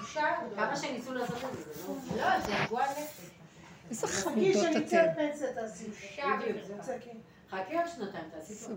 כמה שניסו לעשות את זה, לא, זה גועל נפש. איזה חמודות אתם. חכי עוד שנתיים, תעשי פה.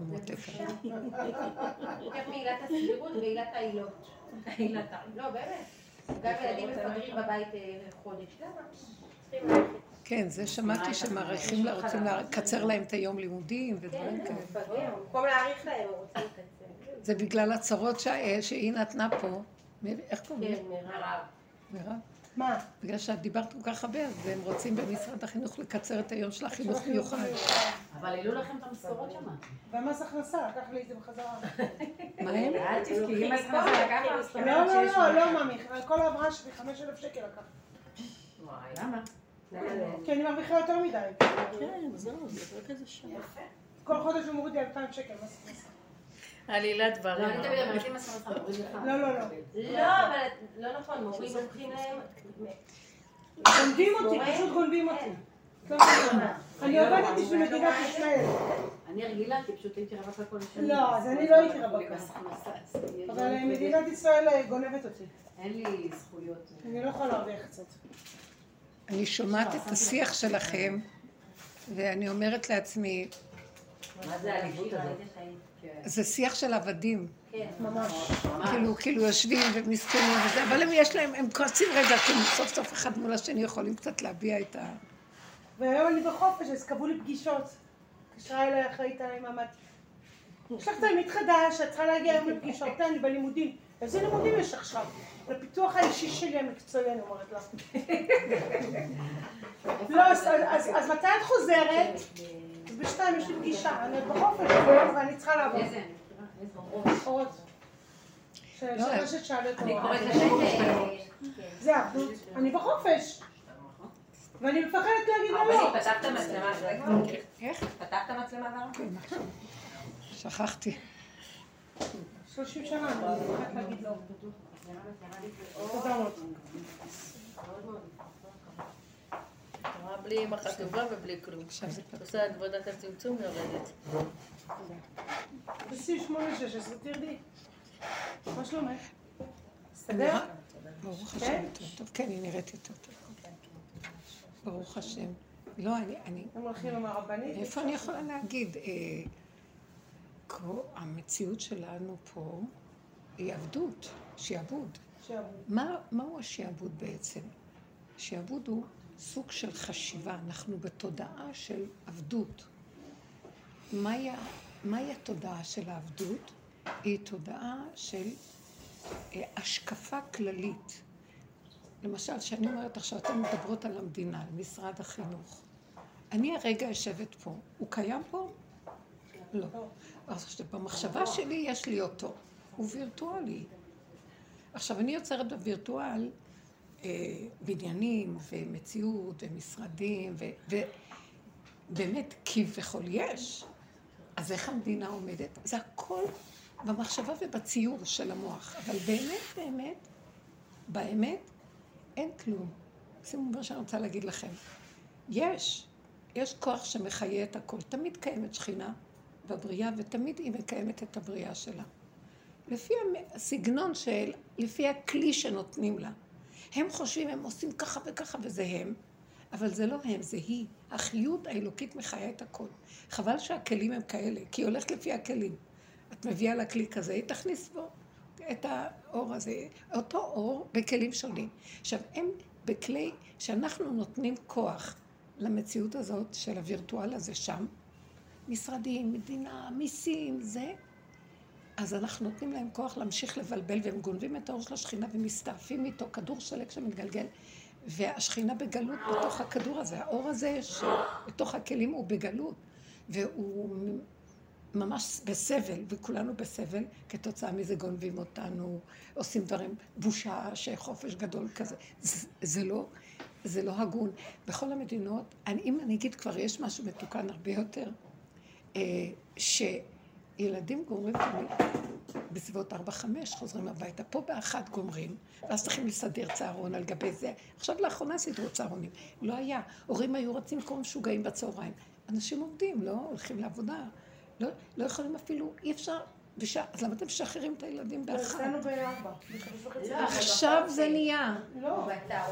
לוקח מעילת הסבירות ועילת העילות. לא, באמת. גם ילדים מפגרים בבית חודש. למה? כן, זה שמעתי שמעריכים, רוצים לקצר להם את היום לימודים ודברים כאלה. במקום להעריך להם, הוא רוצה לקצר. זה בגלל הצרות שהיא נתנה פה. איך קוראים? כן, מירב. מירב? מה? בגלל שאת דיברת כל כך הרבה, אז הם רוצים במשרד החינוך לקצר את היום של החינוך מיוחד. אבל העלו לכם את המשכורות שם. ומס הכנסה, לקח לי את זה בחזרה. מה הם? אל תפקיעי מס הכנסה, לקח לא, ממי, כל העברה שלי 5,000 שקל לקח. וואי, למה? כי אני מרוויחה יותר מדי. כן, זהו, זה רק איזה שנה. כל חודש הוא מוריד לי 2,000 שקל מס הכנסה. עלילת דברים. לא, אני תמיד אמרתי מס הכנסה, מוריד לך. לא. לא, אבל לא נכון, מוריד לוקחים להם. גונבים אותי, פשוט גונבים אותי. אני עובדת בשביל מדינת ישראל. אני רגילה, כי פשוט הייתי רווקה כל השנים. לא, אז אני לא הייתי רווקה. אבל מדינת ישראל גונבת אותי. אין לי זכויות. אני לא יכולה להרוויח קצת. אני שומעת את השיח שלכם, ואני אומרת לעצמי, מה זה הליווי הזה? זה שיח של עבדים. כן, ממש. כאילו יושבים ומסכנים וזה, אבל הם כועסים רגע, כי סוף סוף אחד מול השני יכולים קצת להביע את ה... והיום אני בחופש, אז קבעו לי פגישות. קשרה אליי אחראית האימאמת. יש לך תלמיד חדש, את צריכה להגיע היום לפגישות, תן לי בלימודים. איזה לימודים יש עכשיו? לפיתוח האישי שלי המקצועי, אני אומרת לך. לא, אז מתי את חוזרת? אז בשתיים יש לי פגישה, אני בחופש, ואני צריכה לעבוד. איזה? אורות. שרשת שאלת אני אורות. קוראת לזה... זה עבדות. אני בחופש. ואני מפחדת להגיד לה לא. אבל פתחת מצלמה, איך? פתחת מצלמה כבר? שכחתי. 30 שנה, אני מפחדת להגיד לא. תודה מאוד. בלי אמא חטובה ובלי כלום. עושה עבודת הצמצום יורדת. תעשי 8-16, תרדי. מה שלומך? סדר? ברוך השם, טוב, כן, היא נראית יותר טוב. ברוך השם. לא, אני... הם הולכים עם הרבנית? איפה אני יכולה להגיד? המציאות שלנו פה היא עבדות, שיעבוד. מהו השיעבוד בעצם? שיעבוד הוא סוג של חשיבה, אנחנו בתודעה של עבדות. מהי התודעה של העבדות? היא תודעה של השקפה כללית. למשל, שאני אומרת עכשיו, אתן מדברות על המדינה, על משרד החינוך. אני הרגע יושבת פה, הוא קיים פה? לא. אז במחשבה שלי יש לי אותו, הוא וירטואלי. עכשיו, אני יוצרת בווירטואל בניינים ומציאות ומשרדים ובאמת כביכול יש. אז איך המדינה עומדת? זה הכל במחשבה ובציור של המוח. אבל באמת, אין כלום. שימו מה שאני רוצה להגיד לכם. יש כוח שמחיה את הכל. תמיד קיימת שכינה בבריאה, ותמיד היא מקיימת את הבריאה שלה. לפי הסגנון לפי הכלי שנותנים לה. הם חושבים, הם עושים ככה וככה, וזה הם, אבל זה לא הם, זה היא. החיות האלוקית מחיה את הכל. חבל שהכלים הם כאלה, כי היא הולכת לפי הכלים. את מביאה לכלי כזה, היא תכניס בו את האור הזה, אותו אור בכלים שונים. עכשיו, הם בכלי שאנחנו נותנים כוח למציאות הזאת של הווירטואל הזה שם, משרדים, מדינה, מיסים, זה, אז אנחנו נותנים להם כוח להמשיך לבלבל, והם גונבים את האור של השכינה ומסתעפים איתו, כדור שלג שמתגלגל, והשכינה בגלות בתוך הכדור הזה. האור הזה שבתוך הכלים הוא בגלות, והוא ממש בסבל, וכולנו בסבל, כתוצאה מזה גונבים אותנו, עושים דברים, בושה, שחופש גדול כזה. זה לא הגון. בכל המדינות, אם אני אגיד כבר יש משהו מתוקן הרבה יותר, שילדים גומרים תמיד בסביבות 4-5 חוזרים הביתה. פה באחת גומרים, ואז צריכים לסדר צהרון על גבי זה. עכשיו לאחרונה סדרו צהרונים. לא היה. הורים היו רוצים כמו משוגעים בצהריים. אנשים עובדים, לא הולכים לעבודה. לא יכולים אפילו, אי אפשר אז למה אתם משחררים את הילדים באחת? אצלנו ב-4. עכשיו זה נהיה. לא.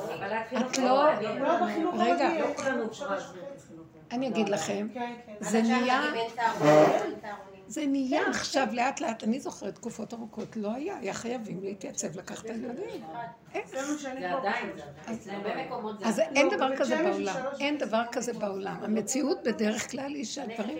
את לא... לא בחינוך רגע. הרגיל. אני אגיד לכם, כן. זה נהיה... צהרונים. זה נהיה עכשיו לאט לאט, אני זוכרת תקופות ארוכות, לא היה חייבים להתייצב לקחת את הילדים. זה עדיין, אצלם במקומות זה... אז אין דבר כזה בעולם, אין דבר כזה בעולם. המציאות בדרך כלל היא שהדברים...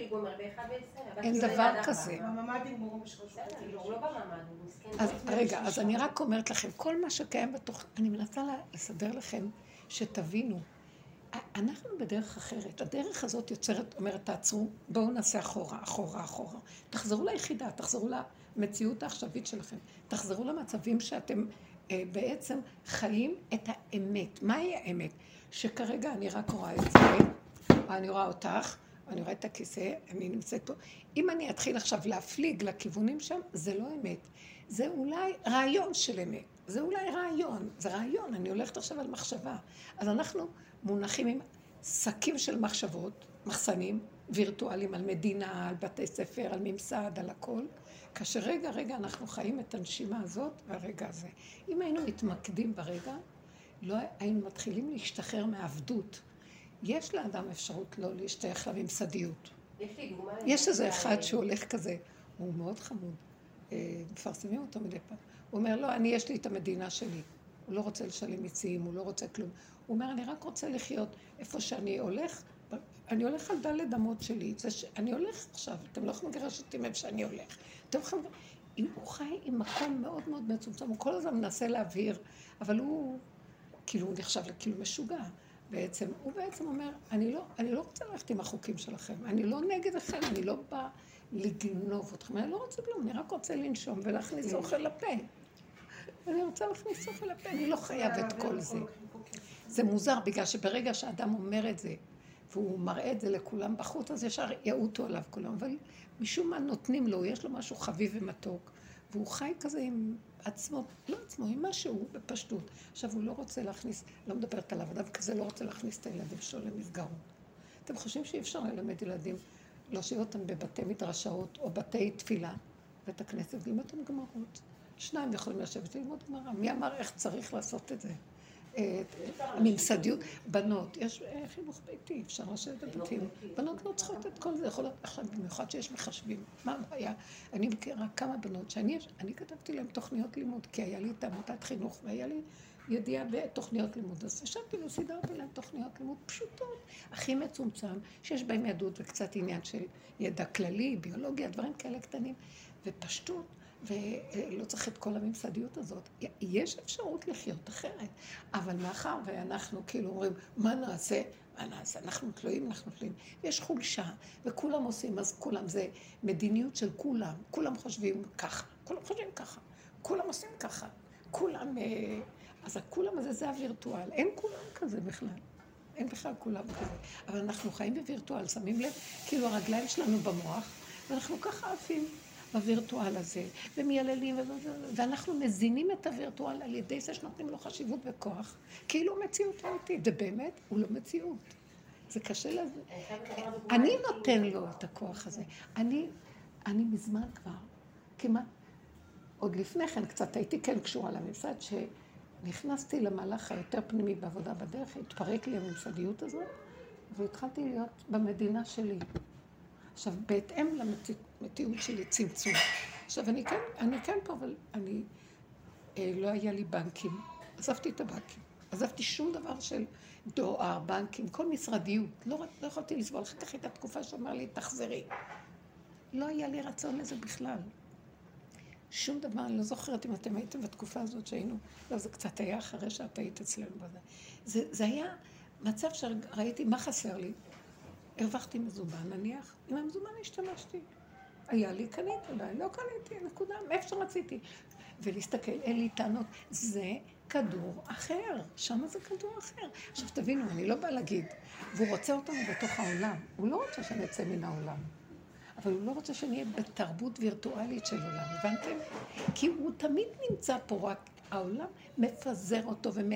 אין דבר כזה. הממ"דים גמרו בשלוש. הוא לא בממ"ד, הוא מסכן. אז רגע, אז אני רק אומרת לכם, כל מה שקיים בתוך... אני מנסה לסדר לכם שתבינו. אנחנו בדרך אחרת. הדרך הזאת יוצרת, אומרת, תעצרו, בואו נעשה אחורה, אחורה, אחורה. תחזרו ליחידה, תחזרו למציאות העכשווית שלכם. תחזרו למצבים שאתם בעצם חיים את האמת. מהי האמת? שכרגע אני רק רואה את זה, אני רואה אותך, אני רואה את הכיסא, אני נמצאת פה. אם אני אתחיל עכשיו להפליג לכיוונים שם, זה לא אמת. זה אולי רעיון של אמת. זה אולי רעיון. זה רעיון, אני הולכת עכשיו על מחשבה. אז אנחנו מונחים עם שקים של מחשבות, מחסנים, וירטואליים על מדינה, על בתי ספר, על ממסד, על הכל. כאשר רגע אנחנו חיים את הנשימה הזאת והרגע הזה. אם היינו מתמקדים ברגע, לא היינו מתחילים להשתחרר מהעבדות. יש לאדם אפשרות לא להשתייך לממסדיות. יש איזה אחד שהולך כזה, הוא מאוד חמוד, מפרסמים אותו מדי פעם. הוא אומר, לא, יש לי את המדינה שלי. הוא לא רוצה לשלם מיסים, הוא לא רוצה כלום. הוא אומר, אני רק רוצה לחיות איפה שאני הולך, אני הולך על דלת אמות שלי. אני הולך עכשיו, אתם לא יכולים לגרש אותי מאיפה שאני הולך. אתם יכולים... הוא חי עם מקום מאוד מאוד מצומצם, הוא כל הזמן מנסה להבהיר, אבל הוא כאילו הוא נחשב לכאילו משוגע. בעצם, הוא בעצם אומר, אני לא רוצה ללכת עם החוקים שלכם, אני לא נגדכם, אני לא באה לגנוב אתכם, אני לא רוצה כלום, אני רק רוצה לנשום ולהכניס אוכל לפה. אני רוצה להכניס אוכל לפה, אני לא חייב את כל זה. זה מוזר, בגלל שברגע שאדם אומר את זה, והוא מראה את זה לכולם בחוץ, אז ישר יעוטו עליו כולם, אבל משום מה נותנים לו, יש לו משהו חביב ומתוק, והוא חי כזה עם עצמו, לא עצמו, עם משהו בפשטות. עכשיו הוא לא רוצה להכניס, לא מדברת עליו, אדם כזה לא רוצה להכניס את הילדים שלו למסגרות. אתם חושבים שאי אפשר ללמד ילדים, להושיב אותם בבתי מדרשאות או בתי תפילה, בית הכנסת, ללמוד אותם גמרות. שניים יכולים לשבת ללמוד גמרא. מי אמר איך צריך לעשות את זה? ממסדיות, בנות, יש חינוך ביתי, אפשר לשבת בבתים. בנות לא צריכות את כל זה, יכול להיות עכשיו במיוחד שיש מחשבים. מה הבעיה? אני מכירה כמה בנות שאני כתבתי להם תוכניות לימוד, כי היה לי את עמותת חינוך והיה לי ידיעה בתוכניות לימוד. אז ישבתי וסידרתי להם תוכניות לימוד פשוטות, הכי מצומצם, שיש בהם יהדות וקצת עניין של ידע כללי, ביולוגיה, דברים כאלה קטנים, ופשטות. ולא צריך את כל הממסדיות הזאת. יש אפשרות לחיות אחרת, אבל מאחר ואנחנו כאילו אומרים, מה נעשה? אנחנו תלויים. יש חולשה, וכולם עושים, אז כולם, זה מדיניות של כולם. כולם חושבים ככה, כולם עושים ככה. אז הכולם הזה זה הווירטואל. אין כולם כזה בכלל. אין בכלל כולם כזה. אבל אנחנו חיים בווירטואל, שמים לב, כאילו הרגליים שלנו במוח, ואנחנו ככה עפים. בווירטואל הזה, ומייללים, ואנחנו מזינים את הווירטואל על ידי זה שנותנים לו חשיבות וכוח, כאילו מציאות אמיתית, ובאמת הוא לא מציאות. זה קשה לזה. אני נותן לו את הכוח הזה. אני מזמן כבר, כמעט, עוד לפני כן קצת הייתי כן קשורה לממסד, שנכנסתי למהלך היותר פנימי בעבודה בדרך, התפרק לי הממסדיות הזאת, והתחלתי להיות במדינה שלי. עכשיו, בהתאם למציאות שלי צמצום. עכשיו, אני כן פה, אבל לא היה לי בנקים. עזבתי את הבנקים. עזבתי שום דבר של דואר, בנקים, כל משרדיות. לא יכולתי לסבול. אחר כך הייתה תקופה שאומר לי, תחזרי. לא היה לי רצון לזה בכלל. שום דבר, אני לא זוכרת אם אתם הייתם בתקופה הזאת שהיינו, לא, זה קצת היה אחרי שאת היית אצלנו בזה. זה היה מצב שראיתי מה חסר לי. הרווחתי מזומן, נניח, עם המזומן השתמשתי. היה לי, קניתי, לא קניתי, נקודה, מאיפה שרציתי. ולהסתכל, אין לי טענות, זה כדור אחר, שם זה כדור אחר. עכשיו תבינו, אני לא באה להגיד, והוא רוצה אותנו בתוך העולם, הוא לא רוצה שנצא מן העולם, אבל הוא לא רוצה שנהיה בתרבות וירטואלית של עולם, הבנתם? כי הוא תמיד נמצא פה, רק העולם מפזר אותו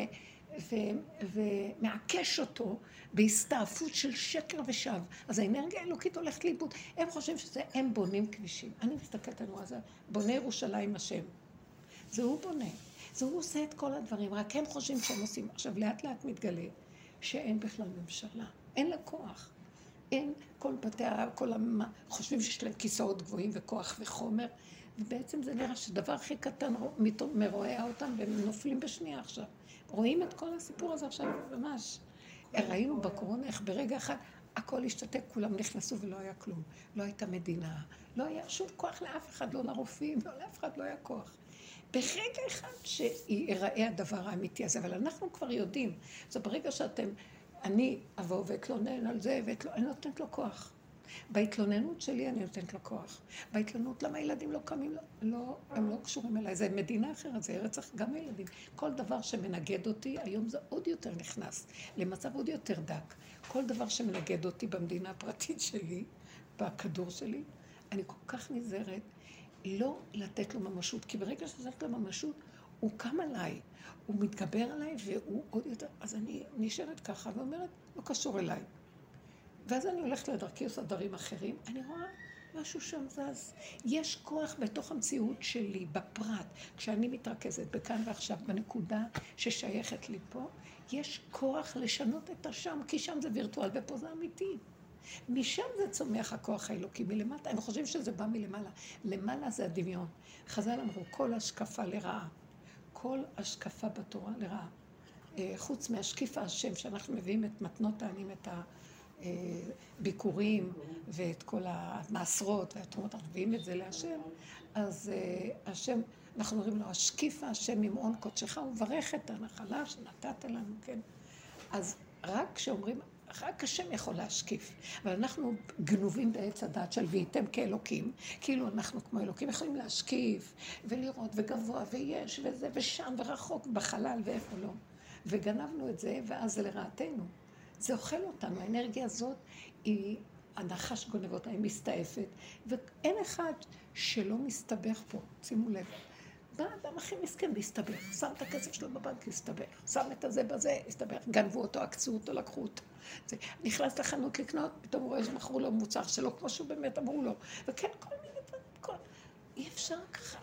ומעקש אותו בהסתעפות של שקר ושו. אז האנרגיה האלוקית הולכת לאיבוד. הם חושבים שזה, הם בונים כבישים. אני מסתכלת עלינו, אז בונה ירושלים השם. זה הוא בונה. זה הוא עושה את כל הדברים, רק הם חושבים שהם עושים. עכשיו לאט לאט מתגלה שאין בכלל ממשלה. אין לה כוח. אין כל בתי חושבים שיש להם כיסאות גבוהים וכוח וחומר, ובעצם זה נראה שדבר הכי קטן מרואע אותם והם נופלים בשנייה עכשיו. רואים את כל הסיפור הזה עכשיו ממש. ראינו בקורונה איך ברגע אחד הכל השתתק, כולם נכנסו ולא היה כלום. לא הייתה מדינה, לא היה שום כוח לאף אחד, לא לרופאים, לא לאף אחד לא היה כוח. ברגע אחד שיראה הדבר האמיתי הזה, אבל אנחנו כבר יודעים, זה ברגע שאתם, אני אבוא ואתלונן על זה, אני נותנת לו כוח. בהתלוננות שלי אני נותנת לו כוח. בהתלוננות למה ילדים לא קמים, הם לא קשורים אליי, זה מדינה אחרת, זה רצח גם הילדים. כל דבר שמנגד אותי, היום זה עוד יותר נכנס, למצב עוד יותר דק. כל דבר שמנגד אותי במדינה הפרטית שלי, בכדור שלי, אני כל כך נזהרת לא לתת לו ממשות, כי ברגע שזאת לו ממשות, הוא קם עליי, הוא מתגבר עליי והוא עוד יותר, אז אני נשארת ככה ואומרת, לא קשור אליי. ואז אני הולכת לדרכי עושה דברים אחרים, אני רואה משהו שם זז. יש כוח בתוך המציאות שלי, בפרט, כשאני מתרכזת בכאן ועכשיו, בנקודה ששייכת לי פה, יש כוח לשנות את השם, כי שם זה וירטואל ופה זה אמיתי. משם זה צומח הכוח האלוקי מלמטה, הם חושבים שזה בא מלמעלה. למעלה זה הדמיון. חז"ל אמרו, כל השקפה לרעה, כל השקפה בתורה לרעה. חוץ מהשקיף השם שאנחנו מביאים את מתנות העניים, את הביקורים ואת כל המעשרות והתרומות, אנחנו מביאים את זה להשם, אז השם, אנחנו אומרים לו, השקיף השם ממעון קודשך וברך את הנחלה שנתת לנו, כן? אז רק כשאומרים, רק השם יכול להשקיף, אבל אנחנו גנובים בעץ הדעת של והייתם כאלוקים, כאילו אנחנו כמו אלוקים יכולים להשקיף ולראות וגבוה ויש וזה ושם ורחוק בחלל ואיפה לא, וגנבנו את זה ואז זה לרעתנו, זה אוכל אותנו, האנרגיה הזאת היא, הנחש גונב אותה, היא מסתעפת, ואין אחד שלא מסתבך פה, שימו לב. בא אדם הכי מסכן להסתבך, שם את הכסף שלו בבנק להסתבך, שם את הזה בזה, הסתבך, גנבו אותו, עקצו אותו, לקחו אותו. נכנס לחנות לקנות, פתאום הוא רואה שמכרו לו מוצר שלו, כמו שהוא באמת אמרו לו. וכן, כל מיני דברים, אי אפשר ככה.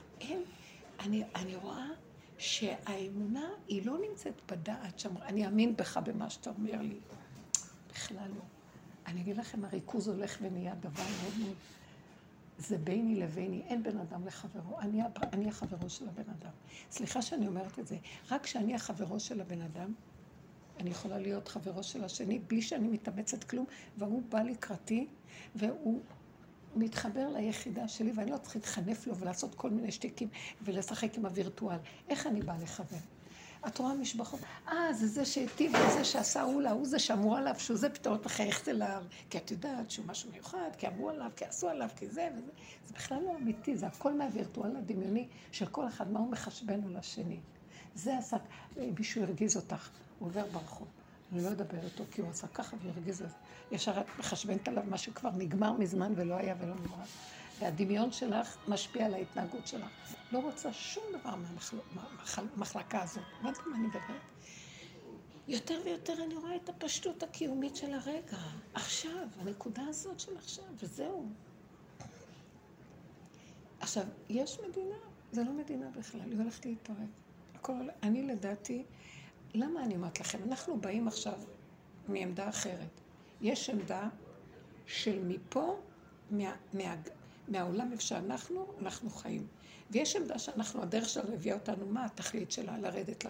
אני רואה שהאמונה היא לא נמצאת בדעת שם, אני אאמין בך במה שאתה אומר לי. בכלל לא. אני אגיד לכם, הריכוז הולך ונהיה דבר מאוד מאוד, זה ביני לביני, אין בן אדם לחברו, אני החברו של הבן אדם. סליחה שאני אומרת את זה, רק כשאני החברו של הבן אדם, אני יכולה להיות חברו של השני, בלי שאני מתאמצת כלום, והוא בא לקראתי, והוא מתחבר ליחידה שלי, ואני לא צריכה להתחנף לו ולעשות כל מיני שתיקים, ולשחק עם הווירטואל. איך אני באה לחבר? את רואה משפחות, זה שהטיב, זה שעשה הוא זה שאמרו עליו, שהוא זה פתאום מחייכת אליו, כי את יודעת שהוא משהו מיוחד, כי אמרו עליו, כי עשו עליו, כי זה וזה. זה בכלל לא אמיתי, זה הכל מהווירטואל הדמיוני של כל אחד, מה הוא מחשבן לו לשני. זה עשה, מישהו הרגיז אותך, הוא עובר ברחוב. אני לא אדבר איתו, כי הוא עשה ככה והרגיז אותך. ישר את מחשבנת עליו מה שכבר נגמר מזמן ולא היה ולא נגמר. והדמיון שלך משפיע על ההתנהגות שלך. לא רוצה שום דבר מהמחלקה הזאת. הבנתם מה אני מדברת? יותר ויותר אני רואה את הפשטות הקיומית של הרגע. עכשיו, הנקודה הזאת של עכשיו, וזהו. עכשיו, יש מדינה, זה לא מדינה בכלל, היא הולכת להתפרק. אני לדעתי, למה אני אומרת לכם? אנחנו באים עכשיו מעמדה אחרת. יש עמדה של מפה, מהעולם איפה שאנחנו חיים. ויש עמדה שאנחנו, הדרך שלה הביאה אותנו, מה התכלית שלה? לרדת.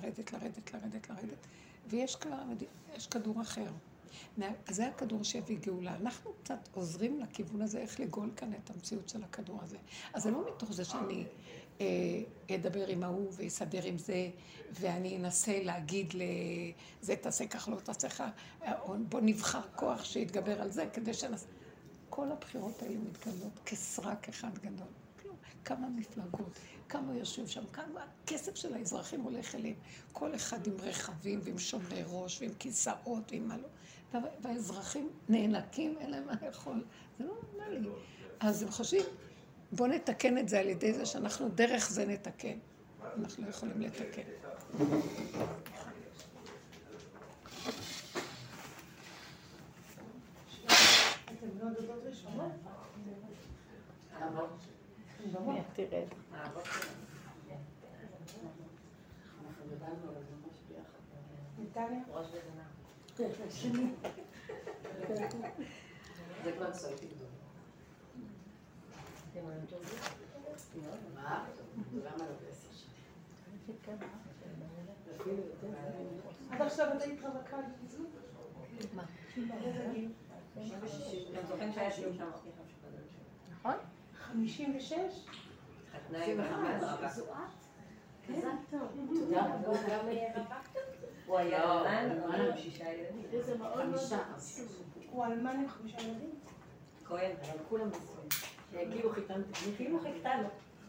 ויש כבר, יש כדור אחר. אז זה הכדור שהביא גאולה. אנחנו קצת עוזרים לכיוון הזה, איך לגול כאן את המציאות של הכדור הזה. אז זה לא מתוך זה שאני אדבר עם ההוא ויסדר עם זה, ואני אנסה להגיד לזה תעשה כך, לא תעשה כך, בוא נבחר כוח שיתגבר על זה, כדי שנעשה... כל הבחירות האלה מתגלות כסרק אחד גדול. כמה מפלגות, כמה יושבים שם, כמה הכסף של האזרחים הולך אליהם. כל אחד עם רכבים ועם שומרי ראש ועם כיסאות ועם מה לא. והאזרחים נאנקים, אין להם מה לאכול. זה לא נורמלי. אז הם חושבים, בוא נתקן את זה על ידי זה שאנחנו דרך זה נתקן. אנחנו לא יכולים לתקן. תראה. נתניה? זה כבר סויתי גדול. מה? למה לא ב10 שנים? עד עכשיו אתה היית רווקה בזמן? מה? זוכרים שהיה שיום שם נכון? 56? התנאי ב5 מזל טוב. תודה רבה. הוא היה אלמן עם 6 ילדים. 5. הוא אלמן עם 5 ילדים? כהן, אבל כולם נשואים. כאילו חיתנתי, אני כאילו חיכתה לו.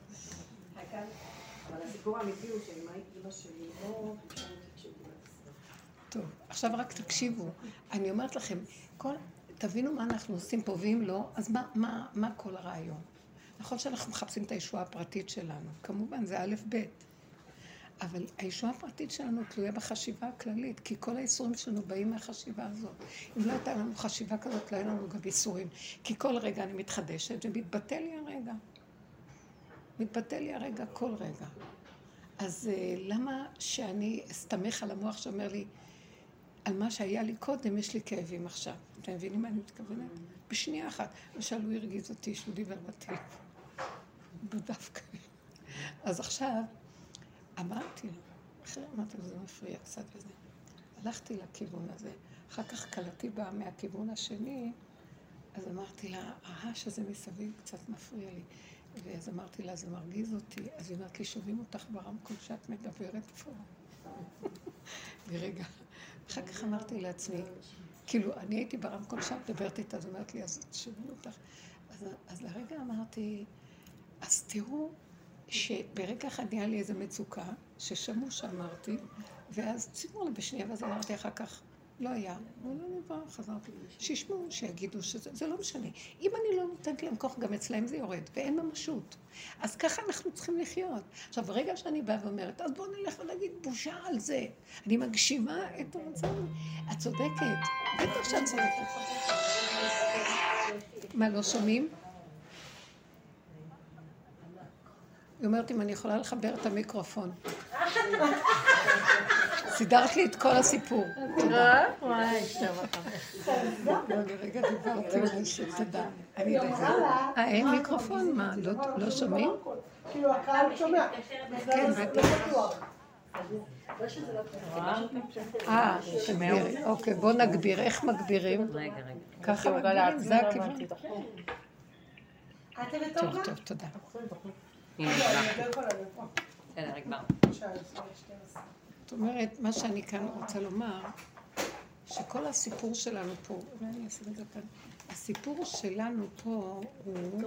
אבל הסיפור האמיתי הוא שאמא שלי לא חיכתה אותי כשהיא בת 20. טוב, עכשיו רק תקשיבו. אני אומרת לכם, תבינו מה אנחנו עושים פה, ואם לא, אז מה כל הרעיון? נכון שאנחנו מחפשים את הישועה הפרטית שלנו. כמובן, זה א' ב'. אבל הישועה הפרטית שלנו תלויה בחשיבה הכללית, כי כל האיסורים שלנו באים מהחשיבה הזאת. אם לא הייתה לנו חשיבה כזאת, לא היה לנו גם איסורים. כי כל רגע אני מתחדשת ומתבטא לי הרגע. מתבטא לי הרגע כל רגע. אז למה שאני אסתמך על המוח שאומר לי, על מה שהיה לי קודם, יש לי כאבים עכשיו. אתם מבינים מה אני מתכוונת? בשנייה אחת. למשל, הוא הרגיז אותי שהוא דיבר בטלפון. בדווקא. אז עכשיו, אמרתי לו, אחרי אמרתי לו, זה מפריע קצת וזה. הלכתי לכיוון הזה. אחר כך קלטתי בה מהכיוון השני, אז אמרתי לה, הרעש הזה מסביב קצת מפריע לי. ואז אמרתי לה, זה מרגיז אותי. אז היא אמרת לי, שומעים אותך ברמקול שאת מדברת פה. ברגע. אחר כך אמרתי לעצמי, כאילו, אני הייתי ברמקול שם, מדברת איתה, אז אמרת לי, אז שומעים אותך. אז לרגע אמרתי, אז תראו, שברגע אחד נהיה לי איזו מצוקה, ששמעו שאמרתי, ואז ציבור לי בשנייה, ואז אמרתי אחר כך, לא היה, הוא לא נברא, חזרתי, שישמעו, שיגידו שזה לא משנה. אם אני לא נותנת להם כוח, גם אצלהם זה יורד, ואין ממשות. אז ככה אנחנו צריכים לחיות. עכשיו, ברגע שאני באה ואומרת, אז בואו נלך ונגיד בושה על זה. אני מגשימה את המצב. את צודקת, בטח שאת צודקת. מה, לא שומעים? היא אומרת אם אני יכולה לחבר את המיקרופון. סידרת לי את כל הסיפור. וואי, טוב אותך. לא, לרגע דיברתי משהו, תודה. אני יודעת. אין מיקרופון? מה, לא שומעים? כאילו, הקהל שומע. כן, בטח. תגבירי. אוקיי, בוא נגביר. איך מגבירים? ככה מגבירים, זה הכיוון. טוב, טוב, תודה. זאת אומרת, מה שאני כאן רוצה לומר, שכל הסיפור שלנו פה, אולי אני אשים את זה כאן, הסיפור שלנו פה הוא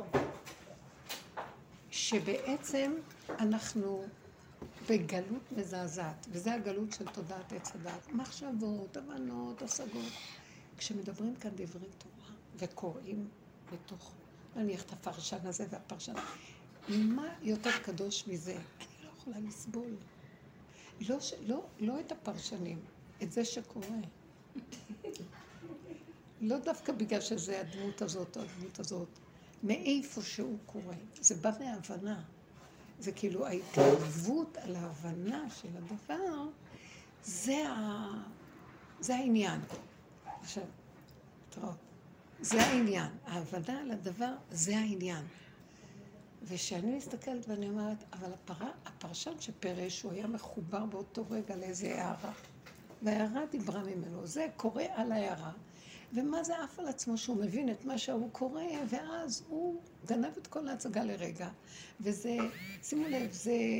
שבעצם אנחנו בגלות מזעזעת, וזה הגלות של תודעת עץ הדעת. מחשבות, הבנות, השגות. כשמדברים כאן דברי תורה וקוראים בתוך, נניח את הפרשן הזה והפרשן, מה יותר קדוש מזה? אני לא יכולה לסבול. לא את הפרשנים, את זה שקורה. לא דווקא בגלל שזה הדמות הזאת או הדמות הזאת. מאיפה שהוא קורה. זה בא מההבנה. זה כאילו ההתלהבות על ההבנה של הדבר, זה העניין. עכשיו, תראו, זה העניין. ההבנה על הדבר, זה העניין. ושאני מסתכלת ואני אומרת, אבל הפרשן שפרש, הוא היה מחובר באותו רגע לאיזה הערה. והערה דיברה ממנו. זה קורא על הערה. ומה זה אף על עצמו שהוא מבין את מה שהוא קורא, ואז הוא גנב את כל ההצגה לרגע. וזה, שימו לב,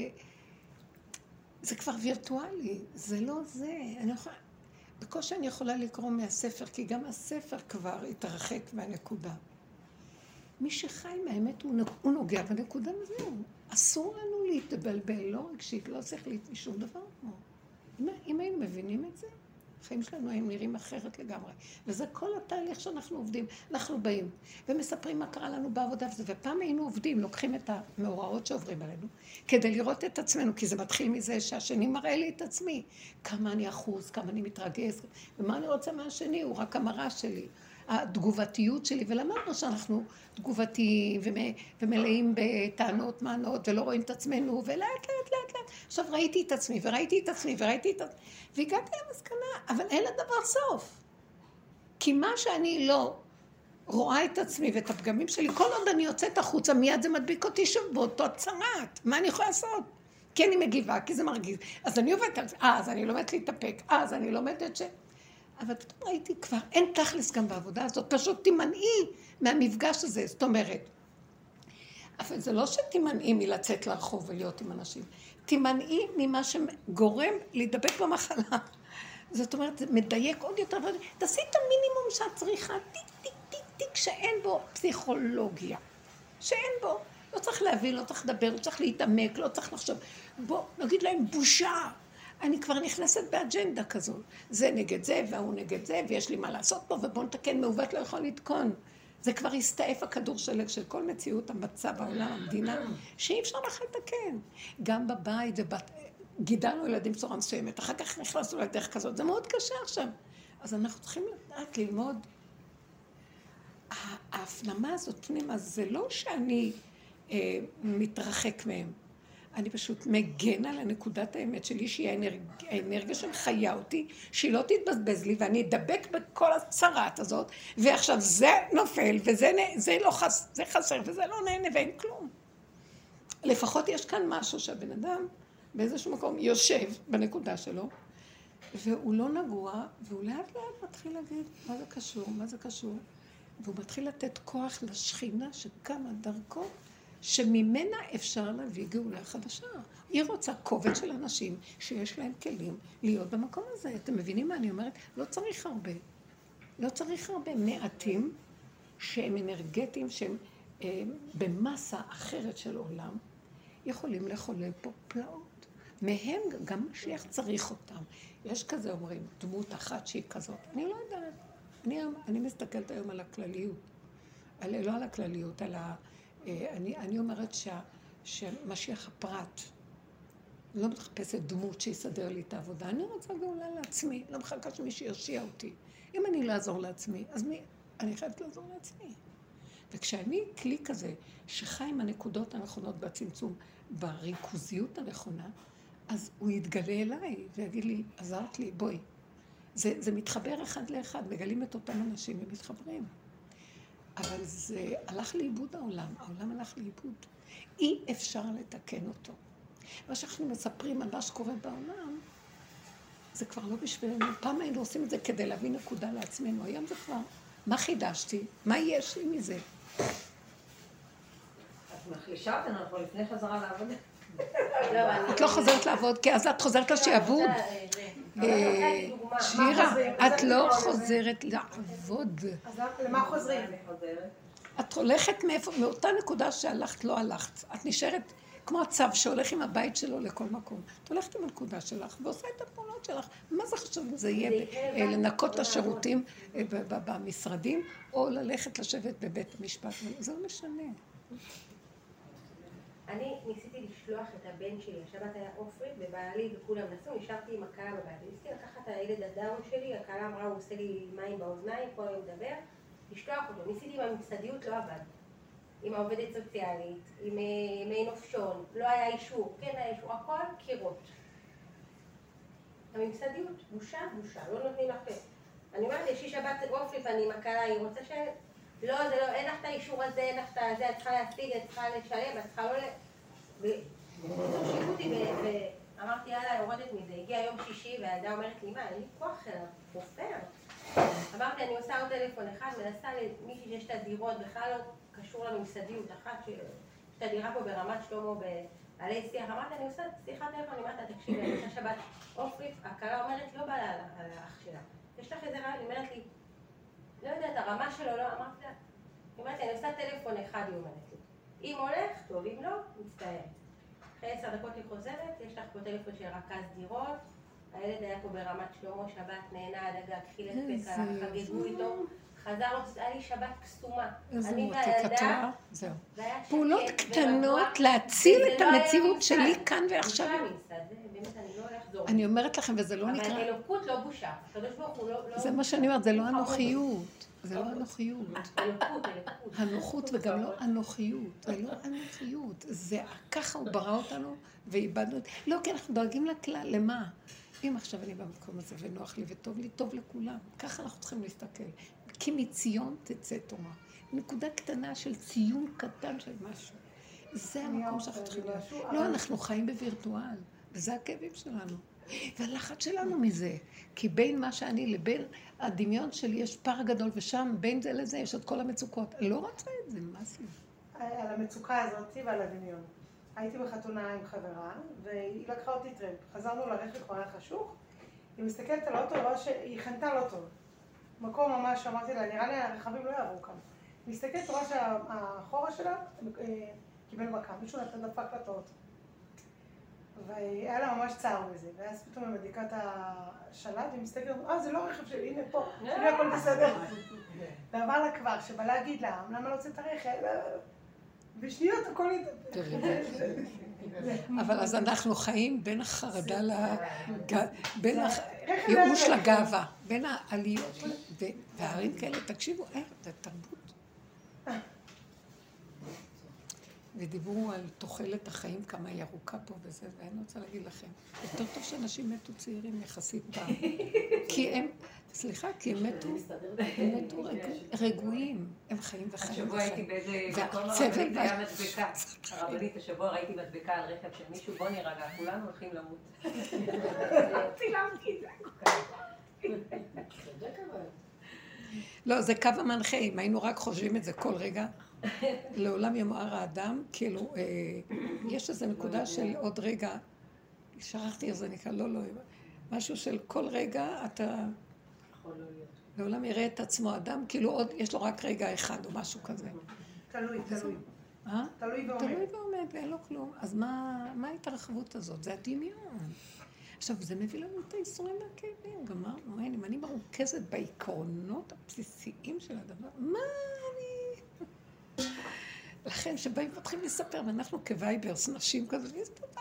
זה כבר וירטואלי, זה לא זה. בקושי אני יכולה לקרוא מהספר, כי גם הספר כבר התרחק מהנקודה. מי שחי מהאמת הוא נוגע בנקודה וזהו. אסור לנו להתבלבל, לא רגשית, לא שכלית משום דבר. אם היינו מבינים את זה, החיים שלנו הם נראים אחרת לגמרי. וזה כל התהליך שאנחנו עובדים. אנחנו באים ומספרים מה קרה לנו בעבודה וזה, ופעם היינו עובדים, לוקחים את המאורעות שעוברים עלינו, כדי לראות את עצמנו, כי זה מתחיל מזה שהשני מראה לי את עצמי. כמה אני אחוז, כמה אני מתרגז, ומה אני רוצה מהשני, הוא רק המראה שלי. התגובתיות שלי, ולמדנו שאנחנו תגובתיים ומלאים בטענות מענות, ולא רואים את עצמנו, ולאט לאט לאט לאט. עכשיו ראיתי את עצמי, וראיתי את עצמי, וראיתי את עצמי, והגעתי למסקנה, אבל אין לדבר סוף. כי מה שאני לא רואה את עצמי ואת הפגמים שלי, כל עוד אני יוצאת החוצה, מיד זה מדביק אותי שוב באותו צרת. מה אני יכולה לעשות? כי אני מגיבה, כי זה מרגיז. אז אני עובדת על זה, אז אני לומדת להתאפק, אז אני לומדת אבל פתאום ראיתי כבר, אין תכלס גם בעבודה הזאת, פשוט תימנעי מהמפגש הזה, זאת אומרת. אבל זה לא שתימנעי מלצאת לרחוב ולהיות עם אנשים, תימנעי ממה שגורם להידבק במחלה. זאת אומרת, זה מדייק עוד יותר, תעשי את המינימום שאת צריכה, טיק טיק טיק טיק, שאין בו פסיכולוגיה, שאין בו, לא צריך להבין, לא צריך לדבר, לא צריך להתעמק, לא צריך לחשוב, בוא נגיד להם בושה, אני כבר נכנסת באג'נדה כזאת, זה נגד זה והוא נגד זה, ויש לי מה לעשות פה, ובוא נתקן, מעוות לא יכול לתקון. זה כבר הסתעף הכדור שלג של כל מציאות המצב העולם, המדינה, שאי אפשר לך לתקן. גם בבית גידלנו ילדים בצורה מסוימת, אחר כך נכנסנו לדרך כזאת, זה מאוד קשה עכשיו. אז אנחנו צריכים לדעת ללמוד. ההפנמה הזאת פנימה, זה לא שאני מתרחק מהם. אני פשוט מגן על הנקודת האמת שלי, שהיא האנרגיה שמחיה אותי, שהיא לא תתבזבז לי, ואני אדבק בכל הצרת הזאת, ועכשיו זה נופל, וזה לא זה חסר, וזה לא נהנה, ואין כלום. לפחות יש כאן משהו שהבן אדם באיזשהו מקום יושב בנקודה שלו, והוא לא נגוע, והוא לאט לאט מתחיל להגיד מה זה קשור, מה זה קשור, והוא מתחיל לתת כוח לשכינה שקמה דרכו, שממנה אפשר להביא גאולה חדשה. היא רוצה כובד של אנשים שיש להם כלים להיות במקום הזה. אתם מבינים מה אני אומרת? לא צריך הרבה. לא צריך הרבה. מעטים שהם אנרגטיים, שהם במסה אחרת של עולם, יכולים לחולל פה פלאות. מהם גם משיח צריך אותם. יש כזה אומרים, דמות אחת שהיא כזאת. אני לא יודעת. אני מסתכלת היום על הכלליות. לא על הכלליות, על אני אומרת שמשיח הפרט, לא מתחפשת דמות שיסדר לי את העבודה, אני רוצה גאולה לעצמי, לא מחכה שמישהו ירשיע אותי. אם אני לא אעזור לעצמי, אז אני חייבת לעזור לעצמי. וכשאני כלי כזה שחי עם הנקודות הנכונות בצמצום, בריכוזיות הנכונה, אז הוא יתגלה אליי ויגיד לי, עזרת לי, בואי. זה מתחבר אחד לאחד, מגלים את אותם אנשים ומתחברים. אבל זה הלך לאיבוד העולם הלך לאיבוד. אי אפשר לתקן אותו. מה שאנחנו מספרים על מה שקורה בעולם, זה כבר לא בשבילנו. פעם היינו עושים את זה כדי להביא נקודה לעצמנו. היום זה כבר, מה חידשתי? מה יש לי מזה? את מחלישה אותנו, אנחנו לפני חזרה לעבודה. את לא חוזרת לעבוד, כי אז את חוזרת לשעבוד. שירה, את לא חוזרת לעבוד. אז למה חוזרים? את הולכת מאותה נקודה שהלכת, לא הלכת. את נשארת כמו הצו שהולך עם הבית שלו לכל מקום. את הולכת עם הנקודה שלך ועושה את הפעולות שלך. מה זה חשוב אם זה יהיה לנקות את השירותים במשרדים, או ללכת לשבת בבית המשפט? זה לא משנה. אני ניסיתי לשלוח את הבן שלי, השבת היה אופרית, ובעלי וכולם נסעו, נשארתי עם הקלה בבית. ניסיתי לקחת את הילד הדאון שלי, הקלה אמרה, הוא עושה לי מים באוזניים, כל היום מדבר, לשלוח אותו. ניסיתי עם הממסדיות, לא עבד. עם העובדת סוציאלית, עם מי נופשון, לא היה אישור, כן היה אישור, הכל קירות. הממסדיות, בושה, לא נותנים לך. אני אומרת, יש לי שבת אופרית ואני עם הקלה, היא רוצה ש... לא, זה לא, אין לך את האישור הזה, אין לך את זה, את צריכה להשיג, את צריכה לשלם, את צריכה לא ותושיבו אותי ואמרתי, יאללה, יורדת מזה. הגיע יום שישי והילדה אומרת לי, מה, אין לי כוח אליו, חופר. אמרתי, אני עושה עוד טלפון אחד, מנסה למישהי שיש את הדירות, בכלל לא קשור לממסדיות, אחת שיש את הדירה פה ברמת שלמה, בעלי שיח. אמרתי, אני עושה שיחת טלפון, אני אומרת, תקשיבי, אני עושה שבת אופרית, הקלה אומרת, לא בא לה על האח שלה. יש לך איזה רעיון, היא אומרת לי, לא יודעת, הרמה שלו לא, אמרתי לה, היא אומרת לי, אני עושה טלפון אחד, היא אומרת לי. אם הולך, טוב, אם לא, מצטער. אחרי 10 דקות היא חוזרת, יש לך פה טלפון של רכז דירות, הילד היה פה ברמת שלמה, שבת נהנה, הדגה, התחיל את פקע, חגגו איתו, חזר לו, היה לי שבת קסומה. אני והילדה, פעולות קטנות להציל את המציאות שלי כאן ועכשיו. באמת, אני לא הולך זורק. אני אומרת לכם, וזה לא נקרא... אבל אלוקות לא בושה. הקדוש ברוך הוא לא... זה מה שאני אומרת, זה לא אנוכיות. זה לא אנוכיות. אלוקות. הנוחות וגם לא אנוכיות. זה לא אנוכיות. זה ככה הוא ברא אותנו ואיבדנו את... לא, כי אנחנו דואגים לכלל. למה? אם עכשיו אני במקום הזה ונוח לי וטוב לי, טוב לכולם. ככה אנחנו צריכים להסתכל. כי מציון תצא תורה. נקודה קטנה של ציון קטן של משהו. זה המקום שאנחנו צריכים להיות. לא, אנחנו חיים בווירטואל, וזה הכאבים שלנו. והלחץ שלנו מזה, כי בין מה שאני לבין הדמיון שלי יש פער גדול, ושם בין זה לזה יש את כל המצוקות. אני לא רוצה את זה, מה זה? על המצוקה הזאת ועל הדמיון. הייתי בחתונה עם חברה, והיא לקחה אותי טרמפ. חזרנו לרכב, כבר היה חשוך. היא מסתכלת על האוטו, היא חנתה לא טוב. מקום ממש, אמרתי לה, נראה לי הרכבים לא יעברו כאן. היא מסתכלת, רואה שהאחורה שלה קיבל מכה, מישהו דפק לה את האוטו. והיה לה ממש צער בזה, ואז פתאום היא מדליקה את השלט, והיא מסתכלת, זה לא רכב שלי, הנה פה, הנה הכל בסדר. ואמר לה כבר, שבא להגיד לה, למה לא רוצה את הרכב? בשניות הכל יתאפק. אבל אז אנחנו חיים בין החרדה בין הייאוש לגאווה, בין העליות והערים כאלה, תקשיבו, זה תרבות. ודיברו על תוחלת החיים, כמה היא ארוכה פה וזה, ואני רוצה להגיד לכם, יותר טוב שאנשים מתו צעירים יחסית פעם. כי הם, סליחה, כי הם מתו רגועים, הם חיים וחיים. השבוע הייתי באיזה מקום הרבנית, היה מדבקה. הרבנית, השבוע ראיתי מדבקה על רכב של מישהו, בוא נירגע, כולנו הולכים למות. צילמתי את זה. לא, זה קו המנחה, אם היינו רק חושבים את זה כל רגע, לעולם ימואר האדם, כאילו, יש איזו נקודה של עוד רגע, שכחתי איזה נקרא, לא, משהו של כל רגע אתה לעולם יראה את עצמו אדם, כאילו עוד, יש לו רק רגע אחד או משהו כזה. תלוי. תלוי ועומד, ואין לו כלום. אז מה ההתרחבות הזאת? זה הדמיון. עכשיו, זה מביא לנו את האיסורים והכאבים, גמרנו, אם אני מרוכזת בעקרונות הבסיסיים של הדבר, מה אני... לכן שבאים מתחילים לספר, ואנחנו כווייברס, נשים כזה,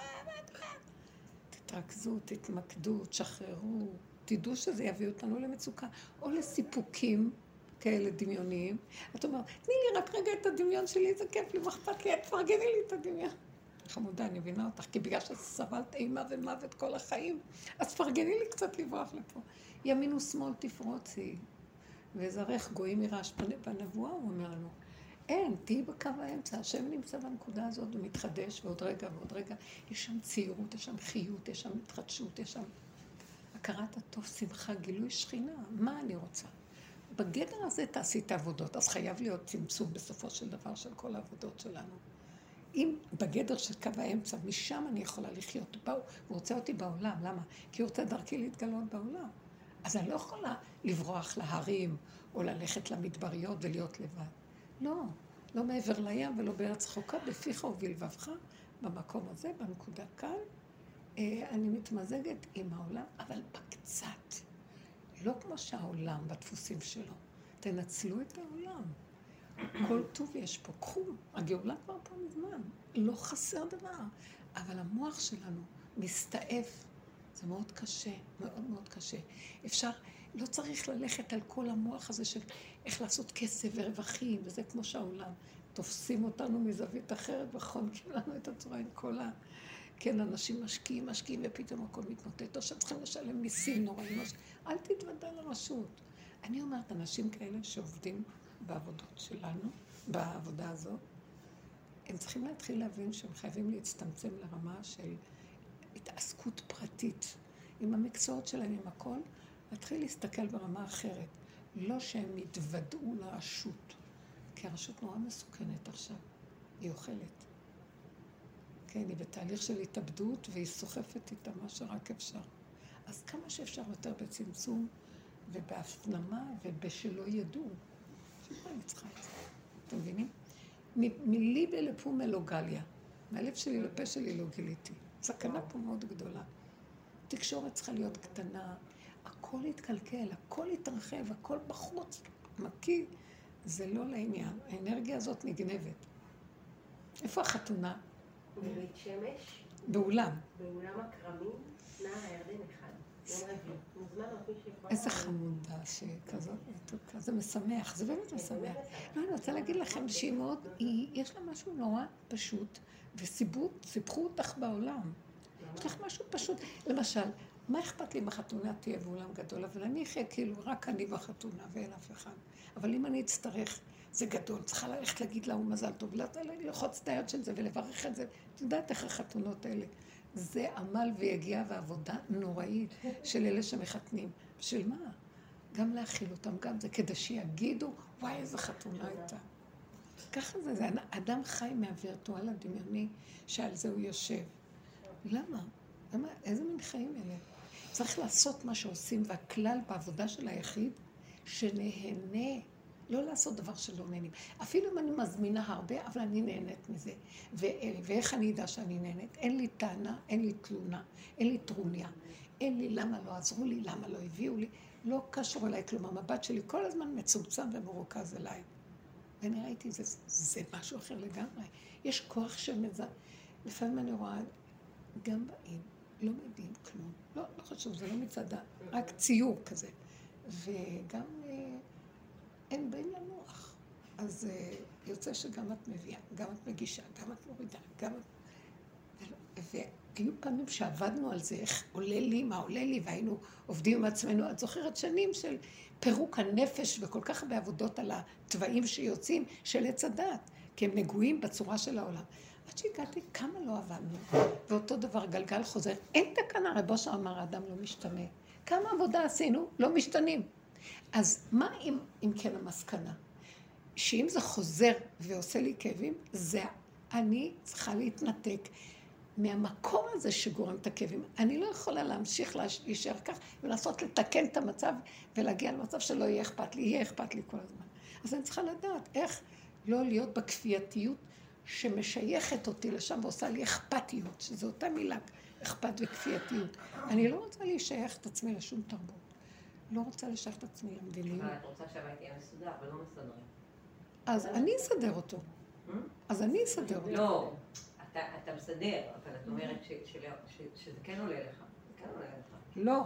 תתרכזו, תתמקדו, תשחררו, תדעו שזה יביא אותנו למצוקה, או לסיפוקים כאלה דמיוניים. את אומרת, תני לי רק רגע את הדמיון שלי, זה כיף לי, מחפת לי, תפרגני לי את הדמיון. חמודה, אני מבינה אותך, כי בגלל שסבלת אימה ומוות כל החיים, אז תפרגני לי קצת לברוח לפה. ימין ושמאל תפרוצי, וזרח גויים מרעש בנבואה, הוא אומר לנו. אין, תהי בקו האמצע, השם נמצא בנקודה הזאת ומתחדש, ועוד רגע ועוד רגע. יש שם צעירות, יש שם חיות, יש שם התחדשות, יש שם הכרת הטוב, שמחה, גילוי שכינה. מה אני רוצה? בגדר הזה תעשי את העבודות, אז חייב להיות צמצום בסופו של דבר של כל העבודות שלנו. אם בגדר של קו האמצע, משם אני יכולה לחיות. הוא רוצה אותי בעולם, למה? כי הוא רוצה דרכי להתגלות בעולם. אז אני לא יכולה לברוח להרים, או ללכת למדבריות ולהיות לבד. לא מעבר לים ולא בארץ רחוקה, בפיך ובלבבך, במקום הזה, בנקודה כאן, אני מתמזגת עם העולם, אבל בקצת. לא כמו שהעולם בדפוסים שלו. תנצלו את העולם. כל טוב יש פה, קחו, הגאולה כבר פה מזמן, לא חסר דבר, אבל המוח שלנו מסתעף, זה מאוד קשה, מאוד מאוד קשה. אפשר, לא צריך ללכת על כל המוח הזה של איך לעשות כסף ורווחים, וזה כמו שהעולם, תופסים אותנו מזווית אחרת וחונקים לנו את הצורה עם כל כן, אנשים משקיעים, ופתאום הכל מתמוטט, או שהם צריכים לשלם מיסים נוראים, אל תתוודע לרשות. אני אומרת, אנשים כאלה שעובדים בעבודות שלנו, בעבודה הזאת, הם צריכים להתחיל להבין שהם חייבים להצטמצם לרמה של התעסקות פרטית. עם המקצועות שלהם, עם הכל, להתחיל להסתכל ברמה אחרת. לא שהם יתוודעו לרשות, כי הרשות נורא מסוכנת עכשיו, היא אוכלת. כן, היא בתהליך של התאבדות, והיא סוחפת איתה מה שרק אפשר. אז כמה שאפשר יותר בצמצום, ובהפנמה, ובשלא ידעו. שמה אני צריכה את זה? אתם מבינים? מליבה לפום אלו גליה. מהלב שלי לפה שלי לא גיליתי. סכנה פה מאוד גדולה. תקשורת צריכה להיות קטנה, הכל יתקלקל, הכל יתרחב, הכל בחוץ, מקיא. זה לא לעניין. האנרגיה הזאת נגנבת. איפה החתונה? בבית שמש? באולם. באולם הכרמים? נער הירדן אחד. יום רביעי. מוזמן רק מי שיכול. איזה חמודה שכזאת מתוקה, זה משמח, זה באמת משמח. לא, אני רוצה להגיד לכם שהיא מאוד, יש לה משהו נורא פשוט, וסיפחו אותך בעולם. יש לך משהו פשוט. למשל, מה אכפת לי אם החתונה תהיה באולם גדול, אבל אני אחיה כאילו רק אני בחתונה ואין אף אחד. אבל אם אני אצטרך, זה גדול, צריכה ללכת להגיד לה הוא מזל טוב, ללחוץ את היד של זה ולברך את זה. את יודעת איך החתונות האלה. זה עמל ויגיע ועבודה נוראית של אלה שמחתנים. בשביל מה? גם להכיל אותם, גם זה כדי שיגידו, וואי, איזה חתונה הייתה. ככה זה אדם חי מהווירטואל הדמיוני שעל זה הוא יושב. למה? איזה מין חיים אלה? צריך לעשות מה שעושים, והכלל בעבודה של היחיד, שנהנה, לא לעשות דבר שלא נהנים. אפילו אם אני מזמינה הרבה, אבל אני נהנית מזה. ואיך אני יודע שאני נהנית? אין לי טענה, אין לי תלונה, אין לי טרוניה. אין לי למה לא עזרו לי, למה לא הביאו לי. לא קשור אליי כלום. המבט שלי כל הזמן מצומצם ומרוכז אליי. ואני ראיתי, זה משהו אחר לגמרי. יש כוח לפעמים אני רואה, גם באים, לא מביאים כלום. לא חשוב, זה לא מצדה, רק ציור כזה. וגם אין באים לנוח. אז יוצא שגם את מביאה, גם את מגישה, גם את מורידה, גם את... והיו פעמים שעבדנו על זה, איך עולה לי, מה עולה לי, והיינו עובדים עם עצמנו. את זוכרת שנים של פירוק הנפש וכל כך הרבה עבודות על הטבעים שיוצאים של עץ הדת, כי הם נגועים בצורה של העולם. עד שהגעתי, כמה לא עבדנו, ואותו דבר גלגל חוזר. אין תקנה, רב אושר אמר, האדם לא משתנה. כמה עבודה עשינו, לא משתנים. אז מה אם כן המסקנה? שאם זה חוזר ועושה לי כאבים, זה אני צריכה להתנתק מהמקום הזה שגורם את הכאבים. אני לא יכולה להמשיך להישאר כך ולעשות לתקן את המצב ולהגיע למצב שלא יהיה אכפת לי, יהיה אכפת לי כל הזמן. אז אני צריכה לדעת איך לא להיות בכפייתיות שמשייכת אותי לשם ועושה לי אכפתיות, שזו אותה מילה, אכפת וכפייתיות. אני לא רוצה להישייך את עצמי לשום תרבות. לא רוצה לשייך את עצמי למדיניות. את רוצה שהבית יהיה מסודר, אבל לא מסדרים. אז אני אסדר אותו. אז אני אסדר אותו. לא, אתה מסדר, אבל את אומרת שזה כן עולה לך. זה כן עולה לך. לא.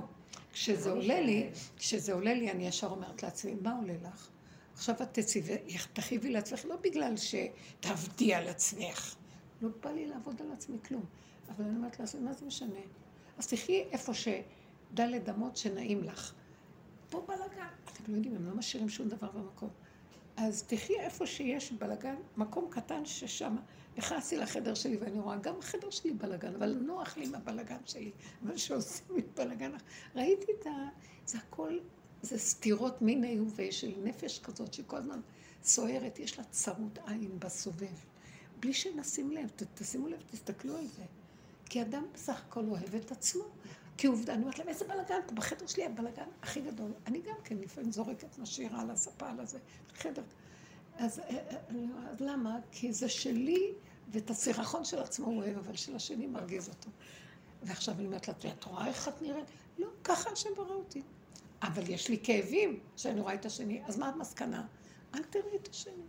כשזה עולה לי, אני ישר אומרת לעצמי, מה עולה לך? עכשיו את תחיבי לעצמך, לא בגלל שתעבדי על עצמך. לא בא לי לעבוד על עצמי כלום. אבל אני אומרת לעצמי, מה זה משנה? אז תחי איפה שדלת אמות שנעים לך. פה בלגן. אתם לא יודעים, הם לא משאירים שום דבר במקום. אז תחי איפה שיש בלגן, מקום קטן ששם, נכנסתי לחדר שלי ואני רואה, גם החדר שלי בלגן, אבל נוח לי עם הבלגן שלי. אבל שעושים לי בלגן, ראיתי זה הכל, זה סתירות מיני של נפש כזאת שכל הזמן סוערת, יש לה צרות עין בסובב. בלי שנשים לב, תשימו לב, תסתכלו על זה. כי אדם בסך הכל אוהב את עצמו. כי עובדה, אני אומרת להם, איזה בלגן, בחדר שלי הבלגן הכי גדול. אני גם כן לפעמים זורקת משאירה על הספה, על הזה, חדר. אז למה? כי זה שלי, ואת הסירחון של עצמו הוא אוהב, אבל של השני מרגיז אותו. ועכשיו אני אומרת לה, את רואה איך את נראית? לא, ככה השם ברא אותי. אבל יש לי כאבים שאני רואה את השני, אז מה המסקנה? אל תראי את השני.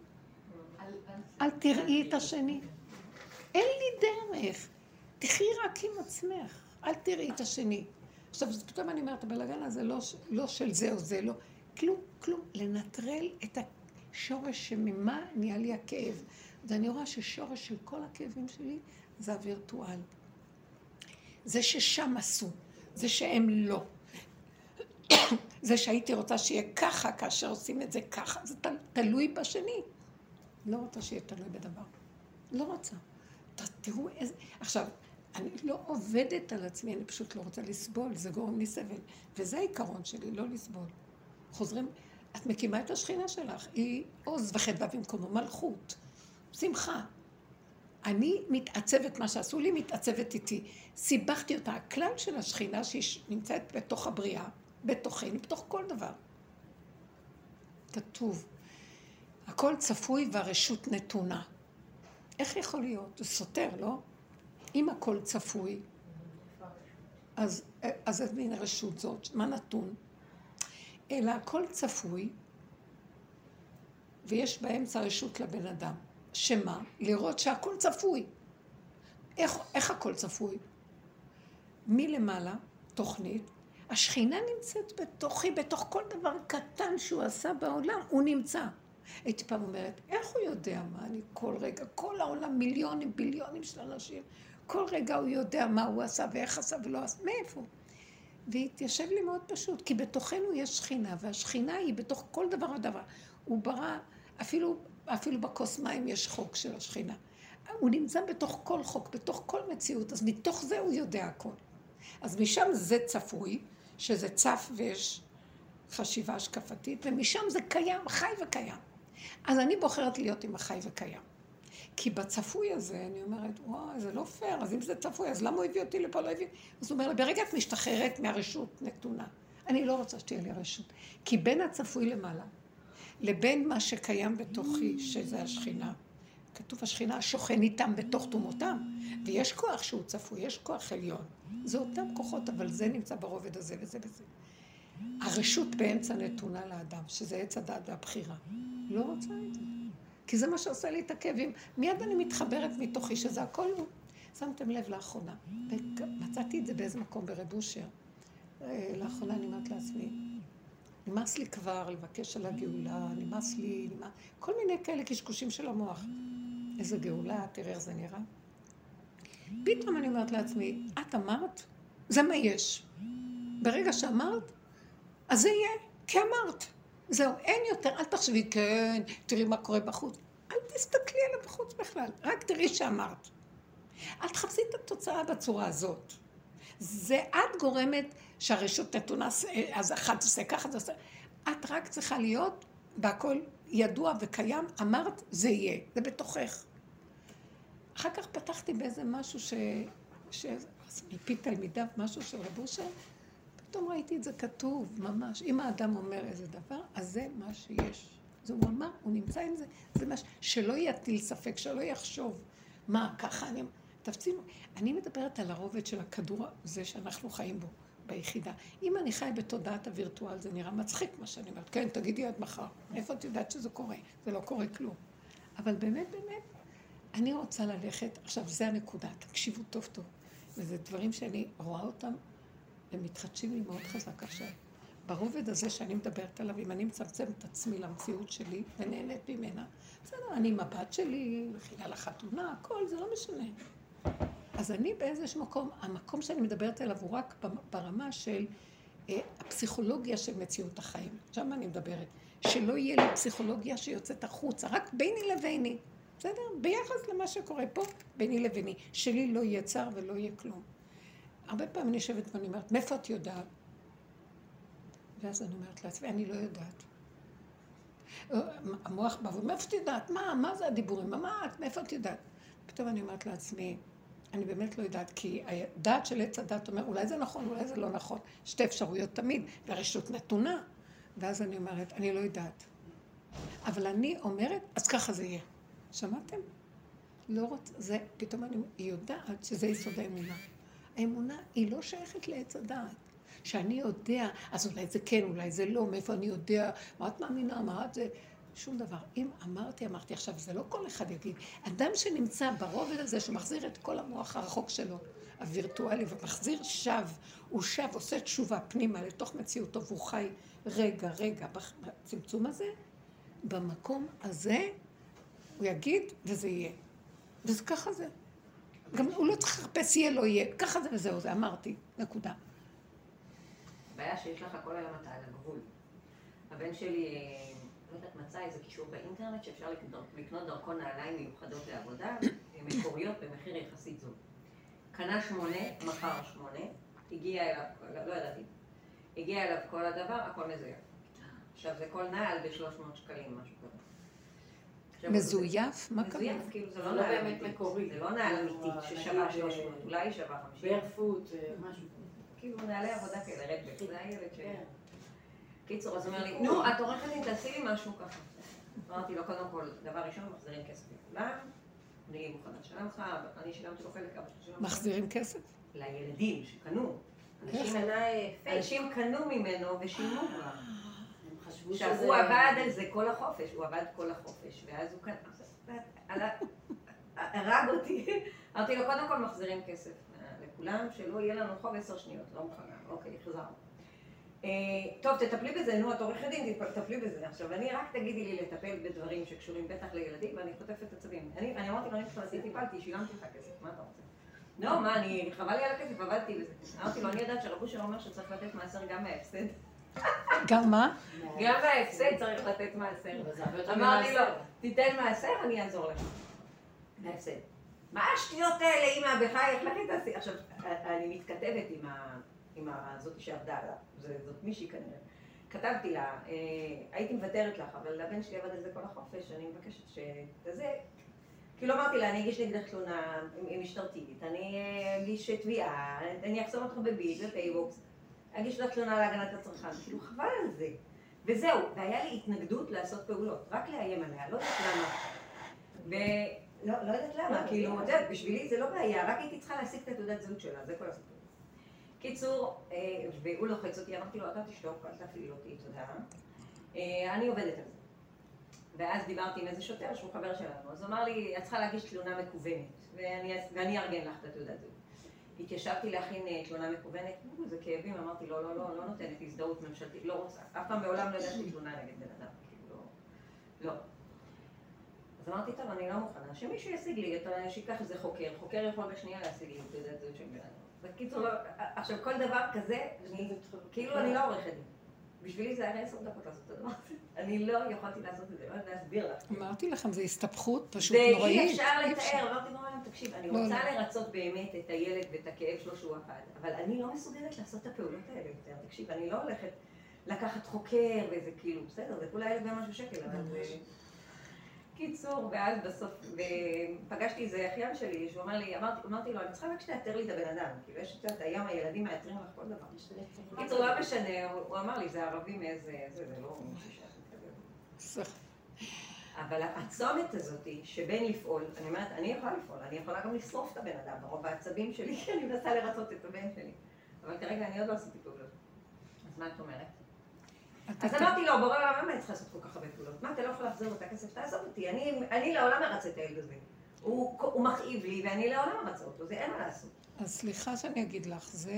אל תראי את השני. אין לי דרך. תחי רק עם עצמך. אל תראי את השני. עכשיו, פתאום אני אומרת, הבלגן הזה לא של זה או זה, לא. כלום. לנטרל את השורש שממה נהיה לי הכאב. ואני רואה ששורש של כל הכאבים שלי זה הווירטואל. זה ששם עשו. זה שהם לא. זה שהייתי רוצה שיהיה ככה, כאשר עושים את זה ככה. זה תלוי בשני. לא רוצה שיהיה תלוי בדבר. לא רוצה. תראו איזה... עכשיו, אני לא עובדת על עצמי, אני פשוט לא רוצה לסבול, זה גורם לי סבל. וזה העיקרון שלי, לא לסבול. חוזרים, את מקימה את השכינה שלך, היא עוז וחדווה במקומו, מלכות, שמחה. אני מתעצבת, מה שעשו לי, מתעצבת איתי. סיבכתי אותה, הכלל של השכינה שהיא נמצאת בתוך הבריאה, בתוכני, בתוך כל דבר. כתוב, הכל צפוי והרשות נתונה. איך יכול להיות? זה סותר, לא? אם הכל צפוי, אז איזה מין רשות זאת? מה נתון? אלא הכל צפוי, ויש באמצע רשות לבן אדם. שמה? לראות שהכל צפוי. איך הכל צפוי? מלמעלה תוכנית, השכינה נמצאת בתוכי, בתוך כל דבר קטן שהוא עשה בעולם, הוא נמצא. הייתי פעם אומרת, איך הוא יודע מה אני כל רגע, כל העולם מיליונים, ביליונים של אנשים, כל רגע הוא יודע מה הוא עשה ואיך עשה ולא עשה, מאיפה? והתיישב לי מאוד פשוט, כי בתוכנו יש שכינה, והשכינה היא בתוך כל דבר ודבר. הוא ברא, אפילו בכוס מים יש חוק של השכינה. הוא נמצא בתוך כל חוק, בתוך כל מציאות, אז מתוך זה הוא יודע הכל. אז משם זה צפוי, שזה צף ויש חשיבה השקפתית, ומשם זה קיים, חי וקיים. אז אני בוחרת להיות עם החי וקיים. כי בצפוי הזה אני אומרת, וואי, זה לא פייר, אז אם זה צפוי, אז למה הוא הביא אותי לפה, לא הביא? אז הוא אומר לה, ברגע את משתחררת מהרשות נתונה. אני לא רוצה שתהיה לי רשות. כי בין הצפוי למעלה, לבין מה שקיים בתוכי, שזה השכינה, כתוב השכינה שוכן איתם בתוך תומותם, ויש כוח שהוא צפוי, יש כוח עליון. זה אותם כוחות, אבל זה נמצא ברובד הזה וזה וזה. הרשות באמצע נתונה לאדם, שזה עץ הדעת והבחירה. לא רוצה את זה. כי זה מה שעושה לי את הכאבים. מיד אני מתחברת מתוכי שזה הכל הוא. שמתם לב לאחרונה. ומצאתי את זה באיזה מקום ברב אושר. לאחרונה אני אומרת לעצמי, נמאס לי כבר לבקש על הגאולה, נמאס לי, כל מיני כאלה קשקושים של המוח. איזה גאולה, תראה איך זה נראה. פתאום אני אומרת לעצמי, את אמרת, זה מה יש. ברגע שאמרת, אז זה יהיה, כי אמרת. זהו, אין יותר, אל תחשבי, כן, תראי מה קורה בחוץ. אל תסתכלי על הבחוץ בכלל, רק תראי שאמרת. אל תחפשי את התוצאה בצורה הזאת. זה את גורמת שהרשות נתונה, אז אחד עושה ככה, זה עושה. את רק צריכה להיות, והכל ידוע וקיים, אמרת, זה יהיה, זה בתוכך. אחר כך פתחתי באיזה משהו מפי תלמידיו, משהו של רב אושר, פתאום ראיתי את זה כתוב, ממש. אם האדם אומר איזה דבר, אז זה מה שיש. זה הוא אמר, הוא נמצא עם זה, זה מה שלא יטיל ספק, שלא יחשוב. מה, ככה אני מדברת על הרובד של הכדור הזה שאנחנו חיים בו, ביחידה. אם אני חי בתודעת הווירטואל, זה נראה מצחיק מה שאני אומרת. כן, תגידי עד מחר. איפה את יודעת שזה קורה? זה לא קורה כלום. אבל באמת, אני רוצה ללכת, עכשיו זה הנקודה, תקשיבו טוב טוב. וזה דברים שאני רואה אותם, הם מתחדשים לי מאוד חזק עכשיו. ברובד הזה שאני מדברת עליו, אם אני מצמצם את עצמי למציאות שלי ונהנית ממנה, בסדר, אני עם הבת שלי, מכינה לחתונה, הכל, זה לא משנה. אז אני באיזשהו מקום, המקום שאני מדברת עליו הוא רק ברמה של הפסיכולוגיה של מציאות החיים. שם אני מדברת. שלא יהיה לי פסיכולוגיה שיוצאת החוצה, רק ביני לביני. בסדר? ביחס למה שקורה פה, ביני לביני. שלי לא יהיה צער ולא יהיה כלום. הרבה פעמים אני יושבת ואני אומרת, מאיפה את יודעת? ואז אני אומרת לעצמי, אני לא יודעת. המוח בא, מאיפה את יודעת? מה זה הדיבורים? מאיפה את יודעת? פתאום אני אומרת לעצמי, אני באמת לא יודעת, כי הדעת של עץ הדת אומר, אולי זה נכון, אולי זה לא נכון. שתי אפשרויות תמיד, והרשות נתונה. ואז אני אומרת, אני לא יודעת. אבל אני אומרת, אז ככה זה יהיה. שמעתם? לא רוצה, זה, פתאום היא יודעת שזה יסוד האמונה. האמונה היא לא שייכת לעץ הדעת. שאני יודע, אז אולי זה כן, אולי זה לא, מאיפה אני יודע, מה את מאמינה, מה את זה, שום דבר. אם אמרתי, עכשיו, זה לא כל אחד יגיד. אדם שנמצא ברובד הזה, שמחזיר את כל המוח הרחוק שלו, הווירטואלי, ומחזיר שב, הוא שב, עושה תשובה פנימה לתוך מציאותו, והוא חי רגע, בצמצום הזה, במקום הזה, הוא יגיד, וזה יהיה. וזה ככה זה. גם הוא לא צריך לחפש, יהיה, לא יהיה. ככה זה וזהו, זה אמרתי, נקודה. הבעיה שיש לך כל היום אתה על הגבול. הבן שלי, לא יודעת, מצא איזה קישור באינטרנט שאפשר לקנות דרכון נעליים מיוחדות לעבודה, מקוריות במחיר יחסית זול. קנה 8, מכר 8, הגיע אליו, לא ידעתי, הגיע אליו כל הדבר, הכל מזויף. עכשיו זה כל נעל ב-300 שקלים, משהו כזה. מזויף? מה קרה? מזויף, כאילו זה לא נעל באמת מקורי. זה לא נעל אמיתית ששווה 300, אולי שווה 50. ברפוט, משהו. כאילו נעלי עבודה כאלה, רדבק, זה הילד שלי. קיצור, אז הוא אומר לי, נו, את עורכת לי, תעשי לי משהו ככה. אמרתי לו, קודם כל, דבר ראשון, מחזירים כסף לכולם, אני מוכנה לשלם לך, אני שילמתי לו חלק, אבא שלי שלום. מחזירים כסף? לילדים שקנו. אנשים קנו ממנו ושילמו כבר. עכשיו, הוא עבד על זה כל החופש, הוא עבד כל החופש, ואז הוא כאן, הרג אותי. אמרתי לו, קודם כל מחזירים כסף לכולם, שלא יהיה לנו חוב 10 שניות, לא מוכנה, אוקיי, חזרנו. טוב, תטפלי בזה, נו, את עורכת דין, תטפלי בזה. עכשיו, אני רק תגידי לי לטפל בדברים שקשורים בטח לילדים, ואני חוטפת עצבים. אני אמרתי לו, אני נכנסתי, טיפלתי, שילמתי לך כסף, מה אתה רוצה? לא, מה, חבל לי על הכסף, עבדתי בזה. אמרתי לו, אני יודעת שרבו שלו אומר שצריך לתת מעשר גם מההפסד. גם מה? גם מההפסד צריך לתת מעשר. אמרתי לו, תיתן מעשר, אני אעזור לך. מההפסד. מה השטויות האלה, אמא, בחייך, לכי תעשי. עכשיו, אני מתכתבת עם הזאת שעבדה עליו, זאת מישהי כנראה. כתבתי לה, הייתי מוותרת לך, אבל לבן שלי עבד על זה כל החופש, אני מבקשת שזה... כאילו אמרתי לה, אני אגיש נגדך תלונה משטרתית, אני אגיש תביעה, אני אחסום אותך בביט, בפייבוקס, אגיש לך תלונה להגנת הצרכן, כאילו חבל על זה. וזהו, והיה לי התנגדות לעשות פעולות, רק לאיים עליה, לא יודעת למה. לא יודעת למה, כאילו, את יודעת, בשבילי זה לא בעיה, רק הייתי צריכה להשיג את התעודת זהות שלה, זה כל הסיפור. קיצור, והוא לוחץ אותי, אמרתי לו, אתה תשתוק, אל תפעיל אותי, תודה. אני עובדת על זה. ואז דיברתי עם איזה שוטר שהוא חבר שלנו, אז הוא אמר לי, את צריכה להגיש תלונה מקוונת, ואני אארגן לך את התעודת זהות. התיישבתי להכין תלונה מקוונת, זה כאבים, אמרתי, לא נותנת הזדהות ממשלתית, לא רוצה. אף פעם בעולם לא ידעתי תלונה נגד בן אדם, כאילו, לא. אז אמרתי, טוב, אני לא מוכנה, שמישהו ישיג לי, שיקח איזה חוקר יכול בשנייה להשיג לי תעודת זהות של בן אדם. בקיצור, עכשיו כל דבר כזה, כאילו אני לא עורכת דין. בשבילי זה היה 10 דקות לעשות את הדבר הזה. אני לא יכולתי לעשות את זה, לא יודעת להסביר לך. אמרתי לכם, זה הסתבכות פשוט נוראית. ואי אפשר לתאר, אמרתי נורא, תקשיב, אני רוצה לרצות באמת את הילד ואת הכאב שלו שהוא עבד, אבל אני לא מסוגלת לעשות את הפעולות האלה יותר. תקשיב, אני לא הולכת לקחת חוקר וזה כאילו, בסדר, זה כולה 1,000 ומשהו שקל, אבל זה... קיצור, ואז בסוף, ופגשתי איזה אחיין שלי, שהוא אמר לי, אמרתי לו, אני צריכה רק שתאתר לי את הבן אדם, כאילו יש את היום הילדים מאתרים לך כל דבר. קיצור, לא משנה, הוא אמר לי, זה ערבי מאיזה, זה לא מישהו שאת מתקדם. אבל הצומת הזאת, שבין לפעול, אני אומרת, אני יכולה לפעול, אני יכולה גם לשרוף את הבן אדם, ברוב העצבים שלי, כי אני מנסה לרצות את הבן שלי. אבל כרגע אני עוד לא עשיתי פעולות. אז מה את אומרת? אז אמרתי לו, בורא עולם, למה אני צריכה לעשות כל כך הרבה פעולות? מה, אתה לא יכול להחזיר את הכסף? תעזוב אותי, אני לעולם מרצה את הילד הזה. הוא מכאיב לי, ואני לעולם מרצה אותו, זה אין מה לעשות. אז סליחה שאני אגיד לך, זה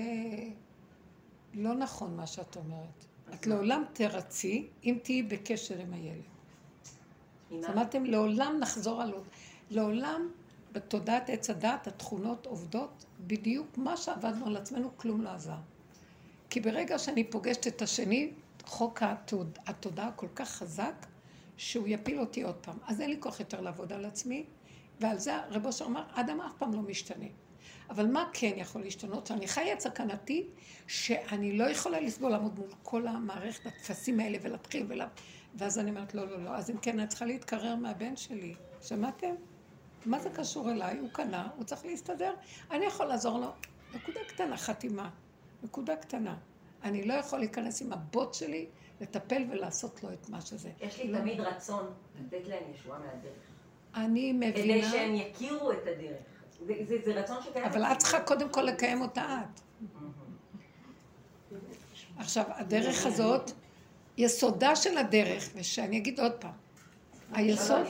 לא נכון מה שאת אומרת. את לעולם תרצי, אם תהיי בקשר עם הילד. שמעתם? לעולם נחזור על עוד. לעולם, בתודעת עץ הדת, התכונות עובדות בדיוק מה שעבדנו על עצמנו, כלום לא עזר. כי ברגע שאני פוגשת את השני, חוק התודעה כל כך חזק, שהוא יפיל אותי עוד פעם. אז אין לי כוח יותר לעבוד על עצמי, ועל זה רב אושר אמר, אדם אף פעם לא משתנה. אבל מה כן יכול להשתנות? שאני חיה את סכנתי, שאני לא יכולה לסבול לעמוד מול כל המערכת, התפסים האלה ולהתחיל ואז אני אומרת, לא. אז אם כן, אני צריכה להתקרר מהבן שלי. שמעתם? מה זה קשור אליי? הוא קנה, הוא צריך להסתדר. אני יכול לעזור לו. נקודה קטנה, חתימה. נקודה קטנה. אני לא יכול להיכנס עם הבוט שלי, לטפל ולעשות לו את מה שזה. יש לי תמיד רצון לתת להם ישועה מהדרך. אני מבינה... כדי שהם יכירו את הדרך. זה רצון שקיים. אבל את צריכה קודם כל לקיים אותה את. עכשיו, הדרך הזאת, יסודה של הדרך, ושאני אגיד עוד פעם, היסוד...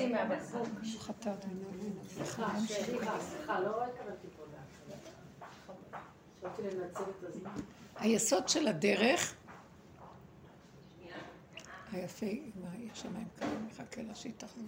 סליחה, לא התכוונתי פה להתחלה. חשבתי לנצל את הזמן. היסוד של הדרך, היפה, יש שמיים כאלה, מחכה לה שהיא תחזור.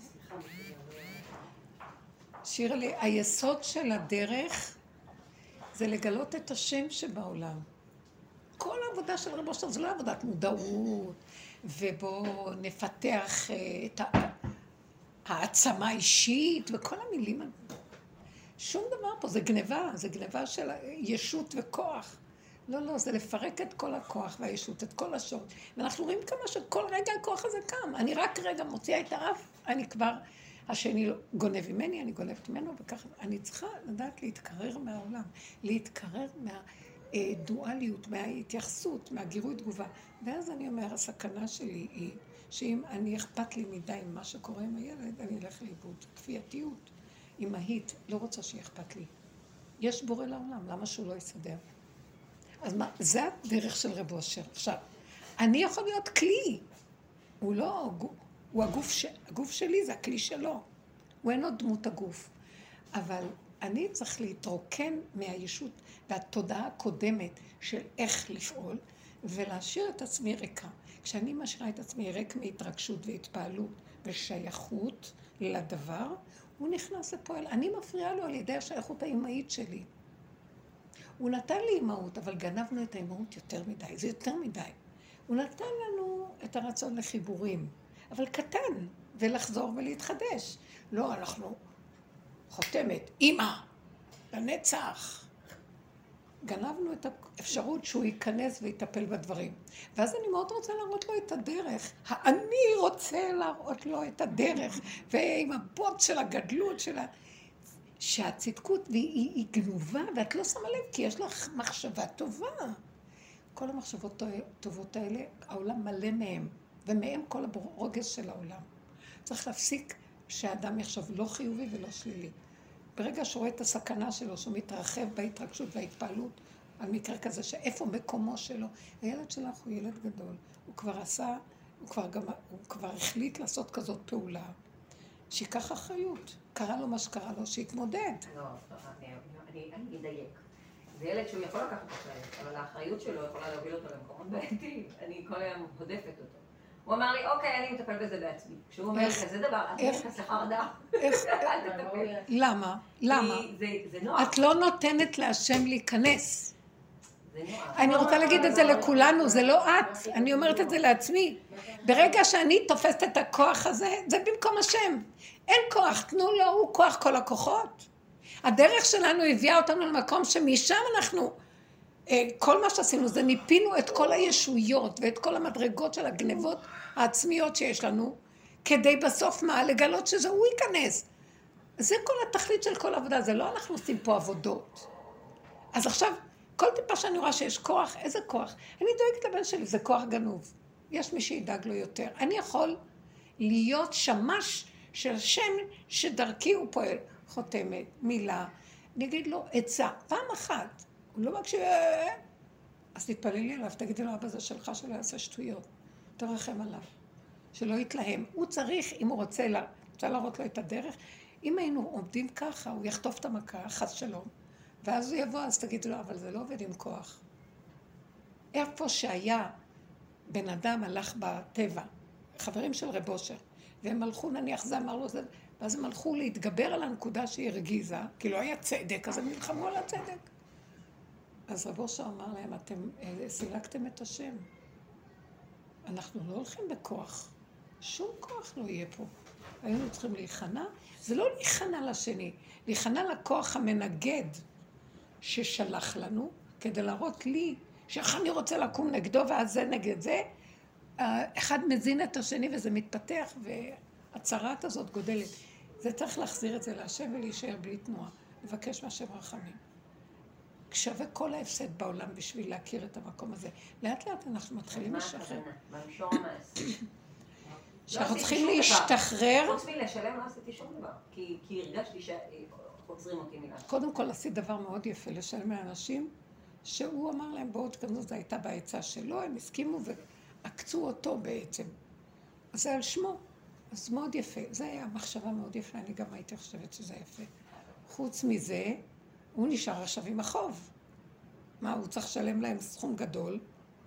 שירלי, היסוד של הדרך זה לגלות את השם שבעולם. כל העבודה של רב אושר זה לא עבודת מודעות, ובוא נפתח את העצמה האישית וכל המילים. שום דבר פה, זה גניבה של ישות וכוח. לא, זה לפרק את כל הכוח והישות, את כל השור. ואנחנו רואים כמה שכל רגע הכוח הזה קם. אני רק רגע מוציאה את האף, אני כבר, השני גונב ממני, אני גונבת ממנו, וככה, אני צריכה לדעת להתקרר מהעולם, להתקרר מהדואליות, מההתייחסות, מהגירוי תגובה. ואז אני אומר, הסכנה שלי היא, שאם אני אכפת לי מדי עם מה שקורה עם הילד, אני אלך לאיבוד. כפייתיות, אמהית, לא רוצה שאכפת לי. יש בורא לעולם, למה שהוא לא יסדר? אז מה, זה הדרך של רב אושר. עכשיו, אני יכול להיות כלי. הוא לא, הוא הגוף שלי, זה הכלי שלו. הוא אין עוד דמות הגוף. אבל אני צריך להתרוקן מהישות והתודעה הקודמת של איך לפעול, ולהשאיר את עצמי ריקה. כשאני משאירה את עצמי ריק מהתרגשות והתפעלות ושייכות לדבר, הוא נכנס לפועל. אני מפריעה לו על ידי השייכות האימהית שלי. הוא נתן לי אימהות, אבל גנבנו את האימהות יותר מדי. זה יותר מדי. הוא נתן לנו את הרצון לחיבורים, אבל קטן, ולחזור ולהתחדש. לא, אנחנו חותמת, אימא, לנצח. גנבנו את האפשרות שהוא ייכנס ויטפל בדברים. ואז אני מאוד רוצה להראות לו את הדרך. אני רוצה להראות לו את הדרך. ועם הבוט של הגדלות שלה, שהצדקות היא גנובה, ואת לא שמה לב, כי יש לך מחשבה טובה. כל המחשבות הטובות האלה, העולם מלא מהם, ומהם כל הרוגז של העולם. צריך להפסיק שהאדם יחשוב לא חיובי ולא שלילי. ברגע שהוא רואה את הסכנה שלו, שהוא מתרחב בהתרגשות וההתפעלות, על מקרה כזה שאיפה מקומו שלו, הילד שלך הוא ילד גדול, הוא כבר עשה, הוא כבר החליט לעשות כזאת פעולה, שיקח אחריות, קרה לו מה שקרה לו, שיתמודד. לא, אני אדייק. זה ילד שהוא יכול לקחת אחריות, אבל האחריות שלו יכולה להוביל אותו למקומות בעייתיים. אני כל היום הודפת אותו. הוא אמר לי, אוקיי, אני מטפל בזה בעצמי. כשהוא אומר כזה דבר, אני נכנס לחרדה. אל תטפל. למה? למה? זה נוח. את לא נותנת להשם להיכנס. זה נוח. אני רוצה להגיד את זה לכולנו, זה לא את, אני אומרת את זה לעצמי. ברגע שאני תופסת את הכוח הזה, זה במקום השם. אין כוח, תנו לו, הוא כוח כל הכוחות. הדרך שלנו הביאה אותנו למקום שמשם אנחנו, כל מה שעשינו זה ניפינו את כל הישויות ואת כל המדרגות של הגנבות העצמיות שיש לנו, כדי בסוף מה? לגלות שזה הוא ייכנס. זה כל התכלית של כל עבודה, זה לא אנחנו עושים פה עבודות. אז עכשיו, כל טיפה שאני רואה שיש כוח, איזה כוח? אני דואגת לבן שלי, זה כוח גנוב. יש מי שידאג לו יותר. אני יכול להיות שמש של השם שדרכי הוא פועל. חותמת, מילה, אני אגיד לו עצה, פעם אחת, הוא לא מקשיב, אז תתפללי עליו, תגידי לו, אבא זה שלך שלא יעשה שטויות, תרחם עליו, שלא יתלהם. הוא צריך, אם הוא רוצה להראות לו את הדרך, אם היינו עומדים ככה, הוא יחטוף את המכה, חס שלום, ואז הוא יבוא, אז תגידי לו, אבל זה לא עובד עם כוח. איפה שהיה בן אדם הלך בטבע, חברים של רב אושר, והם הלכו, נניח זה אמר לו, ואז הם הלכו להתגבר על הנקודה שהיא רגיזה, כי לא היה צדק, אז הם נלחמו על הצדק. אז רב אושר אמר להם, אתם סילקתם את השם. אנחנו לא הולכים בכוח. שום כוח לא יהיה פה. היינו צריכים להיכנע. זה לא להיכנע לשני, להיכנע לכוח המנגד ששלח לנו, כדי להראות לי שאיך אני רוצה לקום נגדו, ואז זה נגד זה. אחד מזין את השני וזה מתפתח, והצרת הזאת גודלת. זה צריך להחזיר את זה להשם ולהישאר בלי תנועה. לבקש מהשם רחמים. שווה כל ההפסד בעולם בשביל להכיר את המקום הזה. לאט לאט אנחנו מתחילים לשחרר. במישור המעשי. שאנחנו צריכים להשתחרר. חוץ מלשלם לא עשיתי שום דבר, כי הרגשתי שעוצרים אותי מילה. קודם כל עשית דבר מאוד יפה, לשלם לאנשים, שהוא אמר להם, בואו תכנסו, זה הייתה בעצה שלו, הם הסכימו ועקצו אותו בעצם. אז זה על שמו. אז מאוד יפה. זה היה מחשבה מאוד יפה, אני גם הייתי חושבת שזה יפה. חוץ מזה, הוא נשאר עכשיו עם החוב. מה, הוא צריך לשלם להם סכום גדול?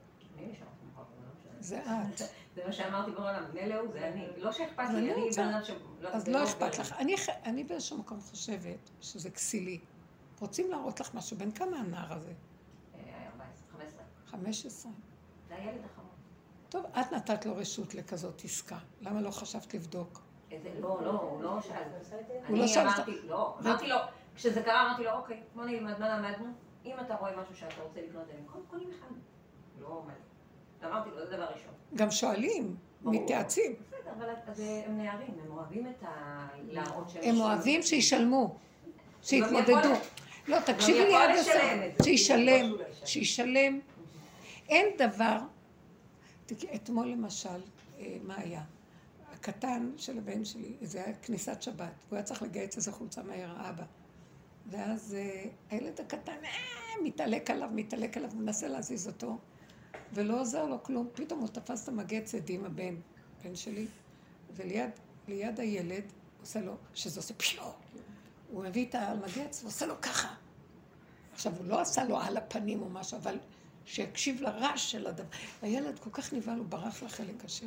זה את. זה מה שאמרתי בעולם, מלא הוא, זה אני. לא שאכפת לי, אני בנה שם... אז לא אכפת לך. אני באיזשהו מקום חושבת שזה כסילי. רוצים להראות לך משהו, בין כמה הנער הזה? 15. 15. זה הילד החמור. טוב, את נתת לו רשות לכזאת עסקה. למה לא חשבת לבדוק? לא, הוא לא שאל. הוא לא שאל. אמרתי לו, כשזה קרה אמרתי לו, אוקיי, בוא נלמד מה למדנו. אם אתה רואה משהו שאתה רוצה לקנות אליהם, קודם אחד. לא עומד. אמרתי לו, זה דבר ראשון. גם שואלים, מתייעצים. בסדר, אבל הם נערים, הם אוהבים את להראות שהם... הם אוהבים שישלמו, שיתמודדו. לא, תקשיבי לי עד הסוף. שישלם. אין דבר, אתמול למשל, מה היה? הקטן של הבן שלי, זה היה כניסת שבת, הוא היה צריך לגייץ איזו חולצה מהר, האבא. ואז הילד הקטן מתעלק עליו, הוא מנסה להזיז אותו, ולא עוזר לו כלום. פתאום הוא תפס את המגץ עדים, הבן שלי, וליד הילד עושה לו, שזה עושה פיו. הוא מביא את המגץ ועושה לו ככה. עכשיו, הוא לא עשה לו על הפנים או משהו, אבל שיקשיב לרעש של הדבר. הילד כל כך נבהל, הוא ברח לחלק השני.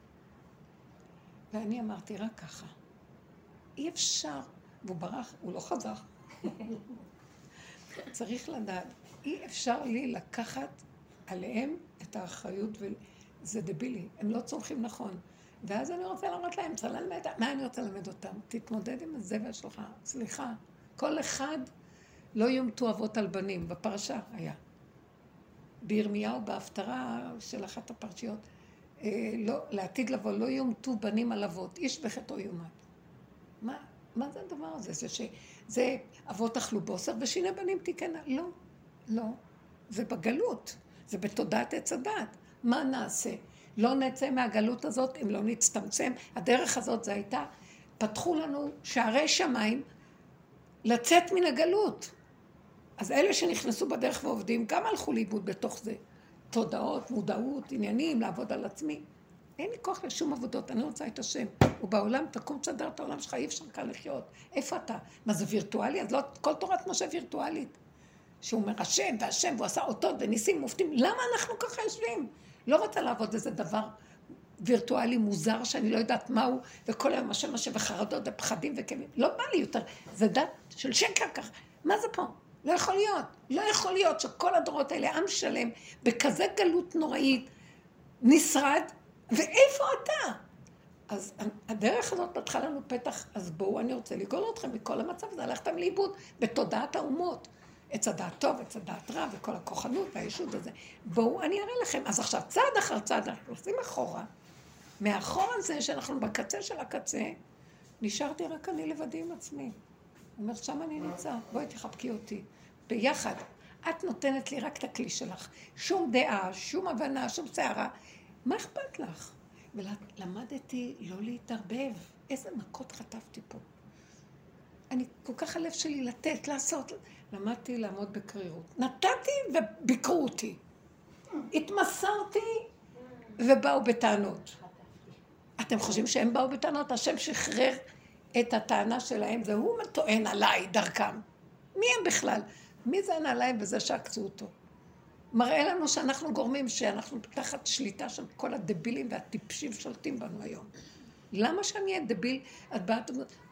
ואני אמרתי, רק ככה. אי אפשר, והוא ברח, הוא לא חזר. צריך לדעת, אי אפשר לי לקחת עליהם את האחריות, וזה דבילי, הם לא צורכים נכון. ואז אני רוצה לראות להם, צריך ללמד, מה אני רוצה ללמד אותם? תתמודד עם הזבל שלך, סליחה. כל אחד לא יומתו אבות על בנים, בפרשה היה. בירמיהו, בהפטרה של אחת הפרשיות, לעתיד לבוא, לא יומתו בנים על אבות, איש בחטאו יומת. מה זה הדבר הזה? זה אבות אכלו בוסר ושיני בנים תיקנה. לא, לא. זה בגלות, זה בתודעת עץ הדת. מה נעשה? לא נצא מהגלות הזאת אם לא נצטמצם. הדרך הזאת זה הייתה, פתחו לנו שערי שמיים לצאת מן הגלות. אז אלה שנכנסו בדרך ועובדים גם הלכו לאיבוד בתוך זה. תודעות, מודעות, עניינים, לעבוד על עצמי. אין לי כוח לשום עבודות, אני רוצה את השם. ובעולם תקום תסדר את העולם שלך, אי אפשר כאן לחיות. איפה אתה? מה זה וירטואלי? אז לא כל תורת משה וירטואלית. שהוא אומר השם והשם, והוא עשה אותות וניסים מופתים. למה אנחנו ככה יושבים? לא רוצה לעבוד איזה דבר וירטואלי מוזר שאני לא יודעת מהו, וכל היום השם וחרדות ופחדים וכאבים. לא בא לי יותר. זה דת של שקר כך. מה זה פה? לא יכול להיות. לא יכול להיות שכל הדורות האלה, עם שלם, בכזה גלות נוראית, נשרד, ואיפה אתה? אז הדרך הזאת פתחה לנו פתח, אז בואו, אני רוצה לגאול אתכם מכל המצב הזה, הלכתם לאיבוד בתודעת האומות. עץ הדעת טוב, עץ הדעת רע, וכל הכוחנות והישות הזה. בואו, אני אראה לכם. אז עכשיו, צעד אחר צעד, אנחנו עושים אחורה. מאחור הזה, שאנחנו בקצה של הקצה, נשארתי רק אני לבדי עם עצמי. הוא אומר, שם אני נמצא, בואי תחבקי אותי. ביחד, את נותנת לי רק את הכלי שלך. שום דעה, שום הבנה, שום שערה. מה אכפת לך? ולמדתי לא להתערבב. איזה מכות חטפתי פה. אני כל כך הלב שלי לתת, לעשות. למדתי לעמוד בקרירות. נתתי וביקרו אותי. התמסרתי ובאו בטענות. אתם חושבים שהם באו בטענות? השם שחרר את הטענה שלהם, זה הוא טוען עליי דרכם. מי הם בכלל? מי זה עליהם וזה שעקצו אותו? מראה לנו שאנחנו גורמים, שאנחנו תחת שליטה של כל הדבילים והטיפשים שולטים בנו היום. למה שאני אהיה דביל? את באת,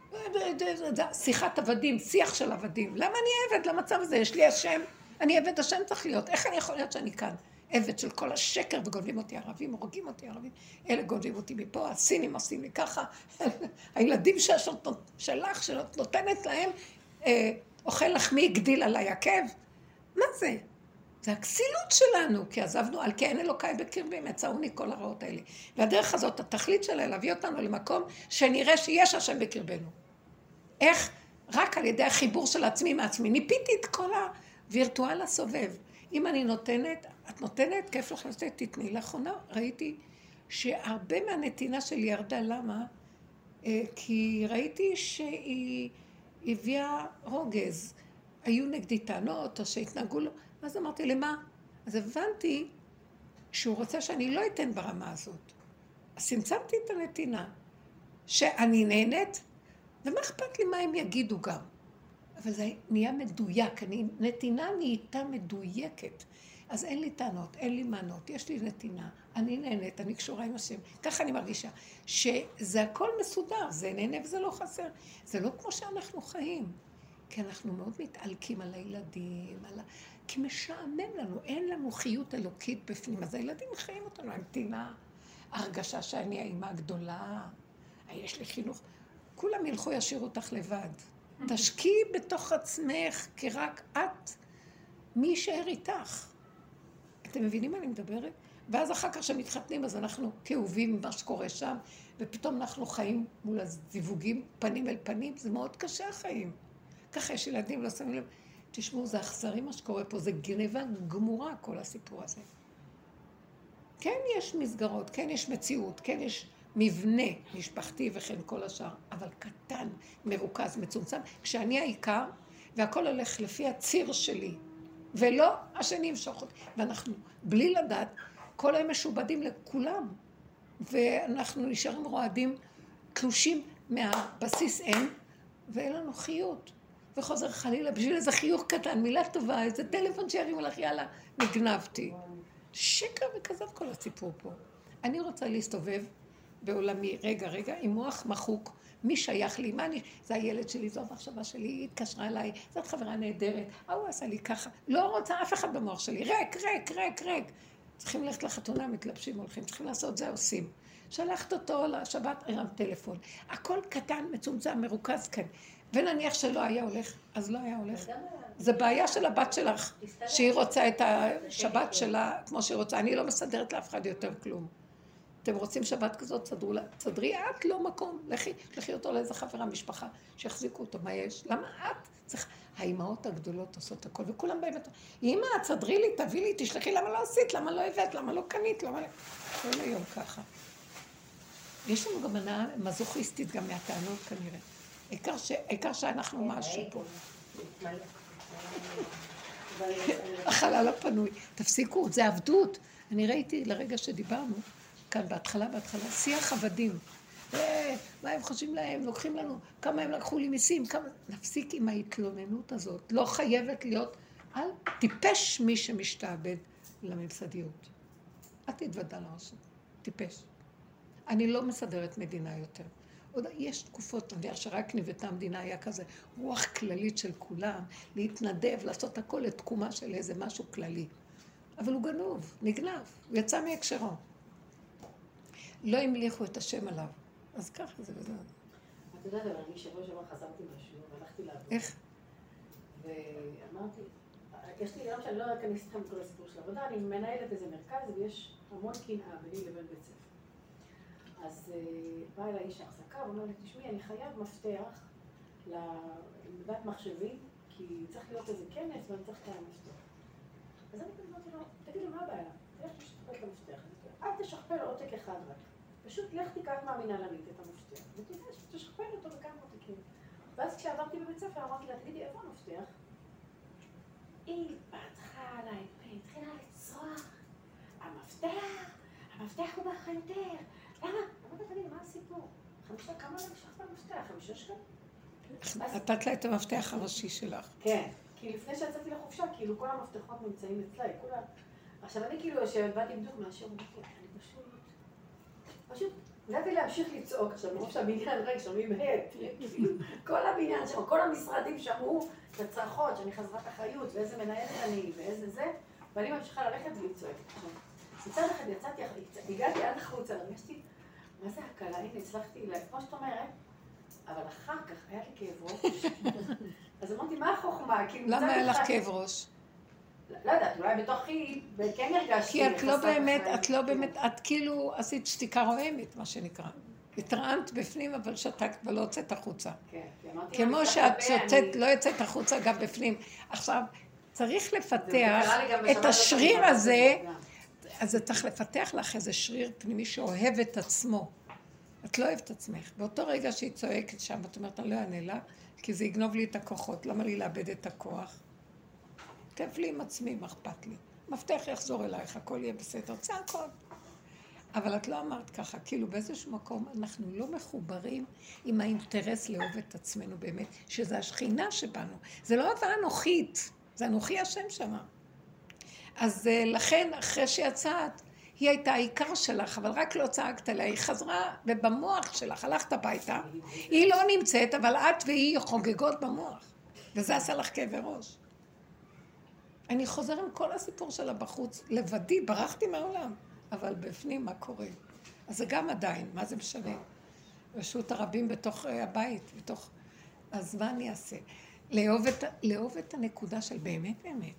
שיחת עבדים, שיח של עבדים. למה אני עבד למצב הזה? יש לי השם, אני עבד השם צריך להיות. איך אני יכול להיות שאני כאן? עבד של כל השקר וגונבים אותי ערבים, הורגים אותי ערבים. אלה גונבים אותי מפה, הסינים עושים לי ככה. הילדים שלך, שאת נותנת להם, אוכל לחמי גדיל על היקב. מה זה? זה הכסילות שלנו, כי עזבנו על כי אין אלוקיי בקרבי, מצאוני כל הרעות האלה. והדרך הזאת, התכלית שלה, להביא אותנו למקום שנראה שיש השם בקרבנו. איך? רק על ידי החיבור של עצמי מעצמי. ניפיתי את כל הווירטואל הסובב. אם אני נותנת, את נותנת, כיף לך לתת, תתני. לאחרונה ראיתי שהרבה מהנתינה שלי ירדה, למה? כי ראיתי שהיא הביאה רוגז. היו נגדי טענות, או שהתנהגו לו. אז אמרתי, למה? אז הבנתי שהוא רוצה שאני לא אתן ברמה הזאת. אז צמצמתי את הנתינה, שאני נהנית, ומה אכפת לי מה הם יגידו גם? אבל זה נהיה מדויק, נתינה נהייתה מדויקת. אז אין לי טענות, אין לי מענות, יש לי נתינה, אני נהנית, אני קשורה עם השם. ככה אני מרגישה, שזה הכל מסודר, זה נהנה וזה לא חסר. זה לא כמו שאנחנו חיים, כי אנחנו מאוד מתעלקים על הילדים, כי משעמם לנו, אין לנו חיות אלוקית בפנים. אז הילדים חיים אותנו, המתינה, הרגשה שאני האמא הגדולה, יש לי חינוך. כולם ילכו ישירו אותך לבד. תשקיעי בתוך עצמך, כי רק את, מי יישאר איתך. אתם מבינים מה אני מדברת? ואז אחר כך שמתחתנים, אז אנחנו כאובים ממה שקורה שם, ופתאום אנחנו חיים מול הזיווגים פנים אל פנים, זה מאוד קשה החיים. ככה יש ילדים, לא שמים לב. תשמעו, זה אכזרי מה שקורה פה, זה גניבה גמורה כל הסיפור הזה. כן יש מסגרות, כן יש מציאות, כן יש מבנה משפחתי וכן כל השאר, אבל קטן, מרוכז, מצומצם, כשאני העיקר, והכל הולך לפי הציר שלי, ולא השני ימשוך אותי. ואנחנו, בלי לדעת, כל היום משובדים לכולם, ואנחנו נשארים רועדים, תלושים מהבסיס אין, ואין לנו חיות. וחוזר חלילה בשביל איזה חיוך קטן, מילה טובה, איזה טלפון שירים לך, יאללה, נגנבתי. שקר וכזב כל הסיפור פה. אני רוצה להסתובב בעולמי, רגע, עם מוח מחוק, מי שייך לי, מה אני, זה הילד שלי, זו המחשבה שלי, היא התקשרה אליי, זאת חברה נהדרת, הוא עשה לי ככה, לא רוצה אף אחד במוח שלי, ריק. צריכים ללכת לחתונה, מתלבשים, הולכים, צריכים לעשות זה, עושים. שלחת אותו לשבת, הרם טלפון. הכל קטן, מצומצם, מרוכז כאן. ונניח שלא היה הולך, אז לא היה הולך. זה בעיה של הבת שלך, שהיא רוצה את השבת שלה כמו שהיא רוצה. אני לא מסדרת לאף אחד יותר כלום. אתם רוצים שבת כזאת, תסדרי את לא מקום. לכי אותו לאיזה חברה, משפחה, שיחזיקו אותו. מה יש? למה את? צריך... האימהות הגדולות עושות הכל, וכולם באמת... אמא, תסדרי לי, תביא לי, תשלחי, למה לא עשית? למה לא הבאת? למה לא קנית? למה לא... כל היום ככה. יש לנו גם הנאה מזוכיסטית גם מהטענות כנראה. העיקר שאנחנו משהו פה. החלל הפנוי. תפסיקו, זה עבדות. אני ראיתי לרגע שדיברנו, כאן בהתחלה, שיח עבדים. מה הם חושבים להם? לוקחים לנו, כמה הם לקחו לי מיסים, כמה... נפסיק עם ההתלוננות הזאת. לא חייבת להיות, אל טיפש מי שמשתעבד לממסדיות. אל תתוודע לרשות. טיפש. אני לא מסדרת מדינה יותר. עוד יש תקופות, נדע שרק נבטה המדינה היה כזה רוח כללית של כולם, להתנדב, לעשות הכל לתקומה של איזה משהו כללי. אבל הוא גנוב, נגנב, הוא יצא מהקשרו. לא המליכו את השם עליו. אז ככה זה וזה. את יודעת, אבל אני שבוע שעבר חזרתי מהשיעור, והלכתי לעבוד. איך? ואמרתי, יש לי גם שאני לא אכנס איתכם כל הסיפור של עבודה, אני מנהלת איזה מרכז ויש המון קנאה ביני לבין בית ספר. אז בא אליי איש ההחזקה, הוא אומר לי, תשמעי, אני חייב מפתח לעמדת מחשבים, כי צריך להיות איזה כנס ואני צריך את המפתח. אז אני אמרתי לו, תגיד לי, מה הבעיה? תלך תשכפל את המפתח. אל תשכפל עותק אחד רק. פשוט לך תיקח מהמנהלנית את המפתח, ותראה שתשכפל אותו בכמה עותקים. ואז כשעברתי בבית ספר, אמרתי לה, תגידי, איפה המפתח? היא פתחה עליי, התחילה לצרוח. המפתח הוא באחריותך. למה? אמרתי, תגידי, מה הסיפור? כמה עולה לשכפל מפתח? 5 שקלים? נתת לה את המפתח הראשי שלך. כן, כי לפני שיצאתי לחופשה, כאילו כל המפתחות נמצאים אצלי, כולם... עכשיו אני כאילו יושבת, באתי בדיוק מהשיעור, אני פשוט, נתתי להמשיך לצעוק, עכשיו מרוב שהבניין רגע שומעים כל הבניין שם, כל המשרדים שמעו את הצרחות, שאני חזרת אחריות, ואיזה מנהלת אני, ואיזה זה, ואני ממשיכה ללכת ולצעוק. מצד אחד יצאתי, הגעתי עד החוצה, הרגשתי, מה זה הקלה? הנה, הצלחתי, כמו שאת אומרת, אבל אחר כך היה לי כאב ראש. אז אמרתי, מה החוכמה? למה היה לך כאב ראש? לא יודעת, אולי בתוכי, כן הרגשתי... כי את לא באמת, את כאילו עשית שתיקה רועמת, מה שנקרא. התרעמת בפנים, אבל שתקת ולא יוצאת החוצה. כמו שאת לא יוצאת החוצה גם בפנים. עכשיו, צריך לפתח את השריר הזה, אז זה צריך לפתח לך איזה שריר פנימי שאוהב את עצמו. את לא אוהבת את עצמך. באותו רגע שהיא צועקת שם, את אומרת, אני לא אענה לה, כי זה יגנוב לי את הכוחות. למה לי לאבד את הכוח? כיף לי עם עצמי, מה אכפת לי? מפתח יחזור אלייך, הכל יהיה בסדר, צעקות. אבל את לא אמרת ככה, כאילו באיזשהו מקום אנחנו לא מחוברים עם האינטרס לאהוב את עצמנו באמת, שזה השכינה שבנו. זה לא אהבה אנוכית, זה אנוכי השם שמה. אז לכן, אחרי שיצאת, היא הייתה העיקר שלך, אבל רק לא צעקת עליה, היא חזרה, ובמוח שלך, הלכת הביתה, היא לא נמצאת, אבל את והיא חוגגות במוח. וזה עשה לך כאבי ראש. אני חוזר עם כל הסיפור שלה בחוץ, לבדי, ברחתי מהעולם, אבל בפנים מה קורה? אז זה גם עדיין, מה זה משנה? רשות הרבים בתוך הבית, בתוך... אז מה אני אעשה? לאהוב את הנקודה של באמת,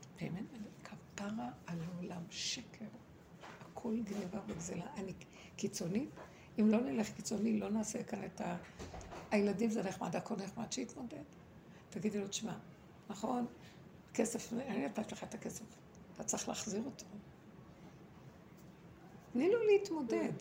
כפרה על העולם, שקר, הכל גניבה וגזלה. אני קיצונית, אם לא נלך קיצוני, לא נעשה כאן את הילדים זה נחמד, הכל נחמד, שיתמודד. תגידי לו, תשמע, נכון? כסף, אני נתת לך את הכסף, אתה צריך להחזיר אותו. תני לו להתמודד.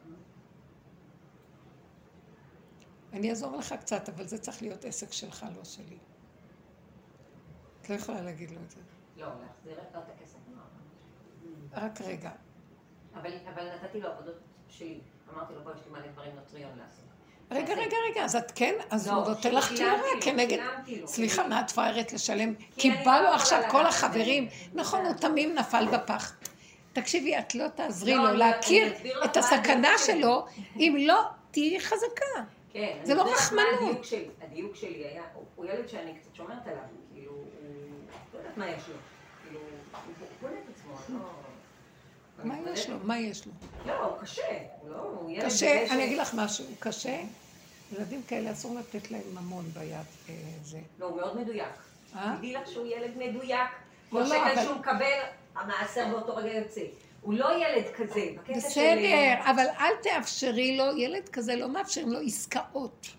אני אעזור לך קצת, אבל זה צריך להיות עסק שלך, לא שלי. את לא יכולה להגיד לו את זה. לא, להחזיר את הכסף. רק רגע. אבל נתתי לו עבודות שלי. אמרתי לו, בוא, יש לי מלא דברים נוטריון לעשות. רגע, אז את כן, אז הוא נותן לך תמורה כנגד... סליחה, לו. מה את פראיירת לשלם? כי בא לו עכשיו כל החברים, נכון, הוא תמים נפל בפח. תקשיבי, את לא תעזרי לו להכיר את הסכנה שלו, אם לא תהיי חזקה. כן, זה לא רחמנות. הדיוק שלי היה, הוא ילד שאני קצת שומרת עליו, כאילו, הוא לא יודעת מה יש לו, כאילו, הוא בונה את עצמו, לא... מה יש לו? לא, הוא קשה, הוא ילד... קשה, אני אגיד לך משהו, הוא קשה, ילדים כאלה אסור לתת להם ממון ביד זה. לא, הוא מאוד מדויק. תדעי לך שהוא ילד מדויק, לא, כל שקל שהוא מקבל, המעשר באותו רגע יוצא. הוא לא ילד כזה, בקטע של... בסדר, אבל אל תאפשרי לו, ילד כזה לא מאפשרים לו עסקאות.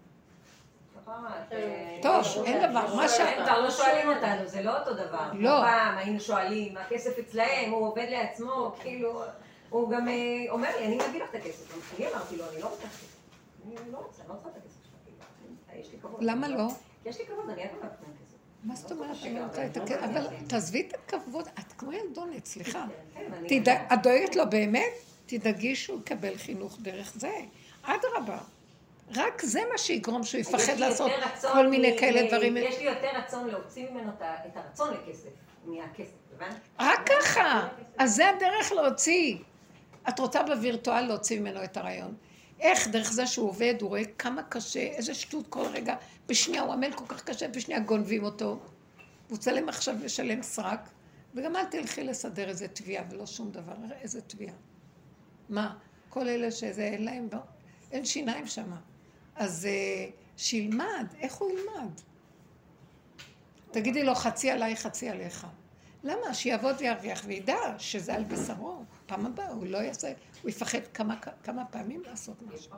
טוב, אין דבר, מה ש... הם כבר לא שואלים אותנו, זה לא אותו דבר. לא. פעם היינו שואלים, הכסף אצלהם, הוא עובד לעצמו, כאילו... הוא גם אומר לי, אני מביא לך את הכסף. אני אמרתי לו, אני לא רוצה כסף. אני לא רוצה את הכסף שלך. יש לי כבוד. למה לא? יש לי כבוד, אני אעבור לך כסף. מה זאת אומרת? אני רוצה את הכסף, אבל תעזבי את הכבוד, את כמו ילדונת, סליחה. את דואגת לו באמת? תדאגי שהוא יקבל חינוך דרך זה. אדרבה. רק זה מה שיגרום שהוא יפחד לעשות כל מיני כאלה דברים. יש לי יותר רצון להוציא ממנו את הרצון לכסף, מהכסף, הבנת? רק ככה. אז זה הדרך להוציא. את רוצה בווירטואל להוציא ממנו את הרעיון. איך דרך זה שהוא עובד, הוא רואה כמה קשה, איזה שטות כל רגע, בשנייה הוא עמל כל כך קשה, בשנייה גונבים אותו. הוא צלם עכשיו לשלם סרק, וגם אל תלכי לסדר איזה תביעה ולא שום דבר, איזה תביעה. מה? כל אלה שזה אין להם, אין שיניים שמה. אז שילמד, איך הוא ילמד? תגידי לו חצי עליי, חצי עליך. למה? שיעבוד וירוויח וידע שזה על בשרו. פעם הבאה הוא לא יעשה, הוא יפחד כמה פעמים לעשות משהו.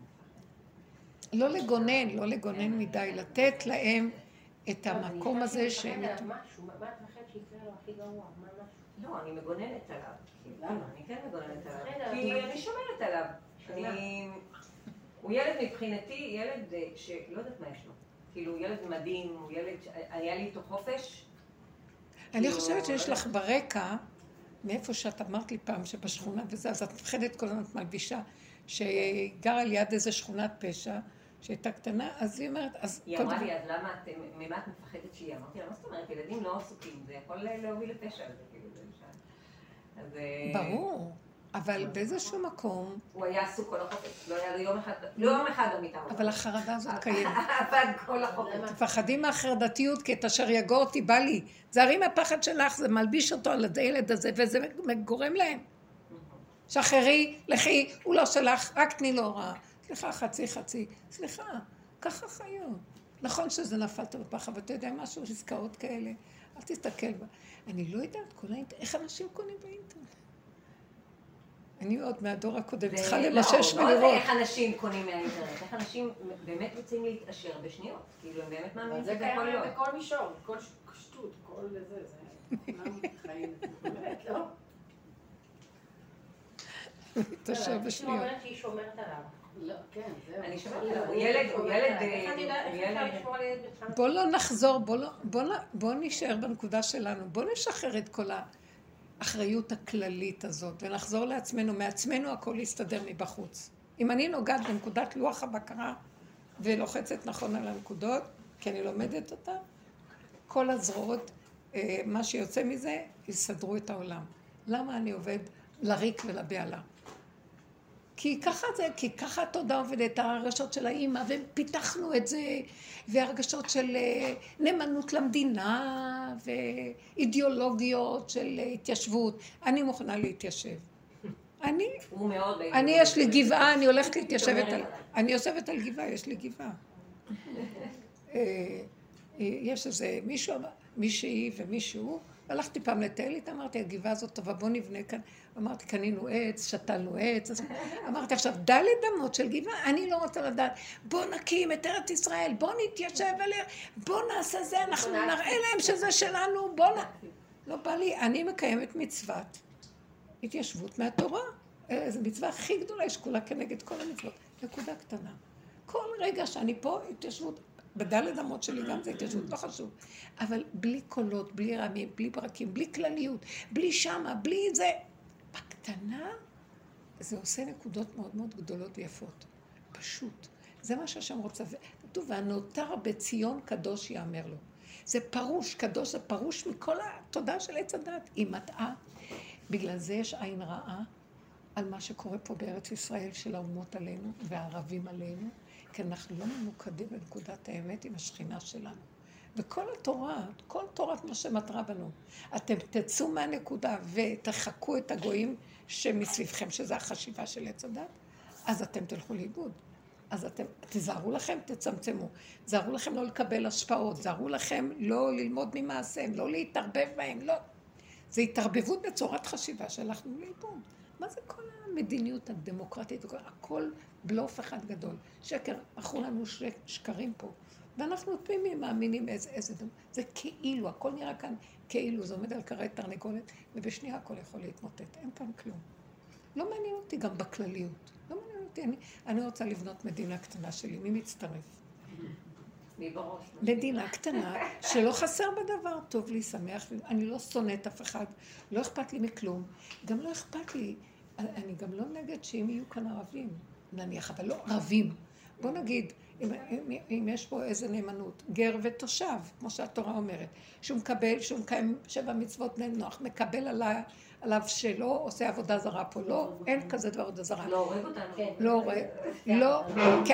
לא לגונן מדי, לתת להם את המקום הזה שהם... מה את מפחד שיקרה לו הכי גרוע? לא, אני מגוננת עליו. אני כן מגוננת עליו. כי אני שומרת עליו. הוא ילד מבחינתי, ילד שלא יודעת מה יש לו. כאילו, ילד מדהים, הוא ילד... היה לי איתו חופש. אני חושבת שיש לך ברקע, מאיפה שאת אמרת לי פעם שבשכונה וזה, אז את מפחדת כל הזמן, את מלבישה, שגרה ליד איזה שכונת פשע, שהייתה קטנה, אז היא אומרת, אז... היא אמרה לי, אז למה את, ממה את מפחדת שהיא? אמרתי לה, מה זאת אומרת, ילדים לא עסוקים, זה יכול להוביל לפשע, זה כאילו, זה לשם. ברור, אבל באיזשהו מקום... הוא היה עסוק כל החופש, לא היה לו יום אחד במיטה. אבל החרדה הזאת קיימת. עבד כל החופש. תפחדים מהחרדתיות, כי את אשר יגור אותי, בא לי. זה הרי מהפחד שלך, זה מלביש אותו על הילד הזה, וזה גורם להם. שחררי, לכי, הוא לא שלך, רק תני לו הוראה. סליחה, חצי. סליחה, ככה חיות. נכון שזה נפלת בפחד, ואתה יודע משהו, עסקאות כאלה. אל תסתכל בה. אני לא יודעת, איך אנשים קונים באינטרנט? אני עוד מהדור הקודם, צריכה למשש ולראות. לא איך אנשים קונים מהאינטרנט, איך אנשים באמת רוצים להתעשר בשניות. כאילו, הם באמת מאמינים שזה יכול להיות. זה קיים בכל מישור, כל שטות, כל זה, זה חיים, באמת, לא? להתעשר בשניות. היא אומרת שהיא שומרת עליו. לא, כן, זהו. אני שומרת עליו, הוא ילד... איך אפשר לשמור על ילד בצחק? בוא לא נחזור, בוא נשאר בנקודה שלנו, בוא נשחרר את כל האחריות הכללית הזאת, ונחזור לעצמנו, מעצמנו הכל יסתדר מבחוץ. אם אני נוגעת בנקודת לוח הבקרה, ולוחצת נכון על הנקודות, כי אני לומדת אותה, כל הזרועות, מה שיוצא מזה, יסדרו את העולם. למה אני עובד לריק ולבעלה? כי ככה זה, כי ככה התודעה עובדת, הרגשות של האמא, ופיתחנו את זה, והרגשות של נאמנות למדינה, ואידיאולוגיות של התיישבות. אני מוכנה להתיישב. אני יש לי גבעה, אני הולכת להתיישבת על... אני יושבת על גבעה, יש לי גבעה. יש איזה מישהי ומישהו, הלכתי פעם לטייל איתה, אמרתי, הגבעה הזאת טובה, בוא נבנה כאן. אמרתי, קנינו עץ, שתלנו עץ. אמרתי, עכשיו, דלת אמות של גבעה, אני לא רוצה לדעת. בוא נקים את ארץ ישראל, בוא נתיישב עליה, בוא נעשה זה, אנחנו נראה להם שזה שלנו, לא בא לי, אני מקיימת מצוות התיישבות מהתורה. זו מצווה הכי גדולה, יש כולה כנגד כל המצוות. נקודה קטנה. כל רגע שאני פה, התיישבות, בדלת אמות שלי גם זה התיישבות, לא חשוב. אבל בלי קולות, בלי רמים, בלי ברקים, בלי כלליות, בלי שמה, בלי זה. בקטנה, זה עושה נקודות מאוד מאוד גדולות ויפות. פשוט. זה מה שהשם רוצה. כתוב, והנותר בציון קדוש יאמר לו. זה פרוש, קדוש זה פרוש מכל התודעה של עץ הדת. היא מטעה. בגלל זה יש עין רעה על מה שקורה פה בארץ ישראל של האומות עלינו והערבים עלינו, כי אנחנו לא ממוקדים בנקודת האמת עם השכינה שלנו. וכל התורה, כל תורת משה מטרה בנו. אתם תצאו מהנקודה ותחכו את הגויים שמסביבכם, שזה החשיבה של עץ הדת, אז אתם תלכו לאיבוד. אז אתם, תזהרו לכם, תצמצמו. תזהרו לכם לא לקבל השפעות, תזהרו לכם לא ללמוד ממעשיהם, לא להתערבב בהם, לא. זה התערבבות בצורת חשיבה שהלכנו לאיבוד. מה זה כל המדיניות הדמוקרטית? הכל בלוף אחד גדול. שקר, מכרו לנו שקרים פה. ואנחנו תמימים מאמינים איזה דבר. זה כאילו, הכל נראה כאן כאילו, זה עומד על כרת תרנגולת, ובשנייה הכל יכול להתמוטט. אין כאן כלום. לא מעניין אותי גם בכלליות. לא מעניין אותי. אני רוצה לבנות מדינה קטנה שלי. מי מצטרף? מי בראש? מדינה קטנה שלא חסר בדבר. טוב לי, שמח לי. אני לא שונאת אף אחד. לא אכפת לי מכלום. גם לא אכפת לי. אני גם לא נגד שאם יהיו כאן ערבים, נניח, אבל לא ערבים. בוא נגיד, אם יש פה איזה נאמנות, גר ותושב, כמו שהתורה אומרת, שהוא מקבל, שהוא מקיים 7 מצוות נוח, מקבל עליו שלא עושה עבודה זרה פה, לא, אין כזה דבר עבודה זרה. לא הורג אותנו. לא הורג, לא, כי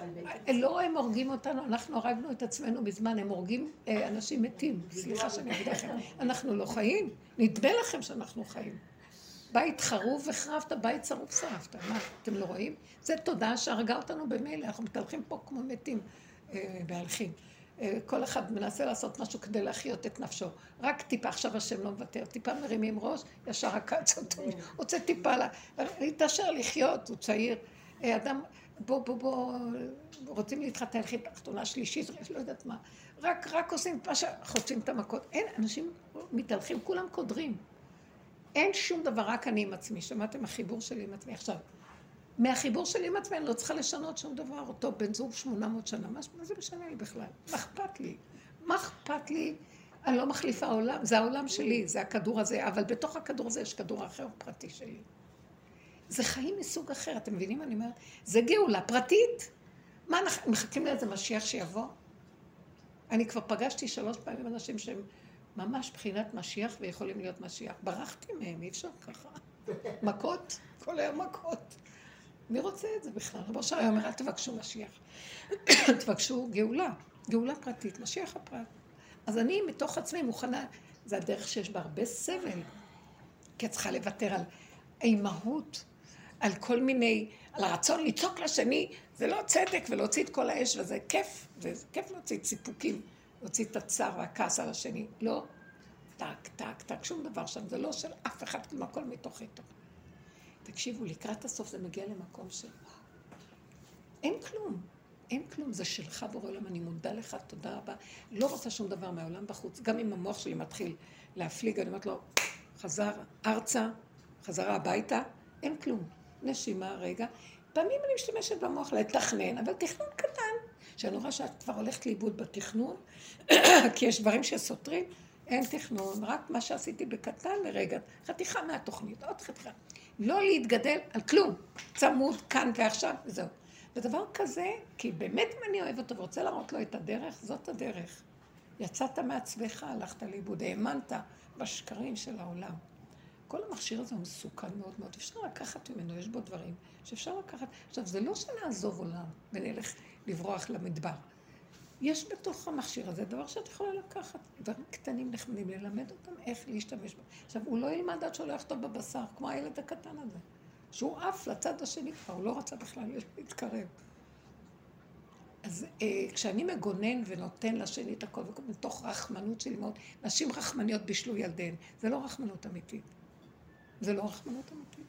לא הם הורגים אותנו, אנחנו הרגנו את עצמנו בזמן, הם הורגים אנשים מתים, סליחה שאני אגיד לכם, אנחנו לא חיים, נדמה לכם שאנחנו חיים. בית חרוב וחרבת, בית שרוף שרפת. מה, אתם לא רואים? זה תודעה שהרגה אותנו במילא, אנחנו מתהלכים פה כמו מתים בהלכים. כל אחד מנסה לעשות משהו כדי להחיות את נפשו. רק טיפה, עכשיו השם לא מוותר, טיפה מרימים ראש, ישר הקץ אותו, רוצה טיפה להתעשר לחיות, הוא צעיר. אדם, בוא, רוצים להתחתן, הלכים תחתונה שלישית, לא יודעת מה. רק עושים מה שחוצים את המכות. אין, אנשים מתהלכים, כולם קודרים. אין שום דבר, רק אני עם עצמי. שמעתם? החיבור שלי עם עצמי. עכשיו, מהחיבור שלי עם עצמי, אני לא צריכה לשנות שום דבר. אותו בן זוג 800 שנה. מה זה משנה לי בכלל? מה אכפת לי? מה אכפת לי? אני לא מחליפה עולם. זה העולם שלי, זה הכדור הזה. אבל בתוך הכדור הזה יש כדור אחר פרטי שלי. זה חיים מסוג אחר. אתם מבינים? אני אומרת, זה גאולה פרטית. מה, אנחנו מחכים לאיזה משיח שיבוא? אני כבר פגשתי 3 פעמים אנשים שהם ממש בחינת משיח ויכולים להיות משיח. ברחתי מהם, אי אפשר ככה. מכות, כל היום מכות. מי רוצה את זה בכלל? רבו שרי אומר, אל תבקשו משיח. תבקשו גאולה, גאולה פרטית, משיח הפרט. אז אני מתוך עצמי מוכנה, זה הדרך שיש בה הרבה סבל, כי את צריכה לוותר על אימהות, על כל מיני, על הרצון לצעוק לשני, זה לא צדק ולהוציא את כל האש, וזה כיף, וכיף להוציא סיפוקים. להוציא את הצער והכעס על השני. לא, טק, שום דבר שם. זה לא של אף אחד, כלום, הכל מתוך איתו. תקשיבו, לקראת הסוף זה מגיע למקום של... אין כלום. זה שלך בורא עולם, אני מודה לך, תודה רבה. לא רוצה שום דבר מהעולם בחוץ. גם אם המוח שלי מתחיל להפליג, אני אומרת לו, חזר ארצה, חזרה הביתה, אין כלום. נשימה, רגע. פעמים אני משתמשת במוח לתכנן, אבל תכנון קטן. שאני רואה שאת כבר הולכת לאיבוד בתכנון, כי יש דברים שסותרים, אין תכנון, רק מה שעשיתי בקטן לרגע, חתיכה מהתוכנית, עוד חתיכה. לא להתגדל על כלום, צמוד כאן ועכשיו, וזהו. ודבר כזה, כי באמת אם אני אוהב אותו ורוצה להראות לו את הדרך, זאת הדרך. יצאת מעצמך, הלכת לאיבוד, האמנת בשקרים של העולם. כל המכשיר הזה הוא מסוכן מאוד מאוד, אפשר לקחת ממנו, יש בו דברים שאפשר לקחת. עכשיו, זה לא שנעזוב עולם ונלך לברוח למדבר. יש בתוך המכשיר הזה דבר שאת יכולה לקחת, דברים קטנים נחמדים, ללמד אותם איך להשתמש בו. עכשיו, הוא לא ילמד עד שהוא לא יכתוב בבשר, כמו הילד הקטן הזה, שהוא עף לצד השני כבר, הוא לא רצה בכלל להתקרב. אז כשאני מגונן ונותן לשני את הכל, מתוך רחמנות שלי מאוד, נשים רחמניות בישלו ילדיהן, זה לא רחמנות אמיתית. זה לא רחמנות אמיתית.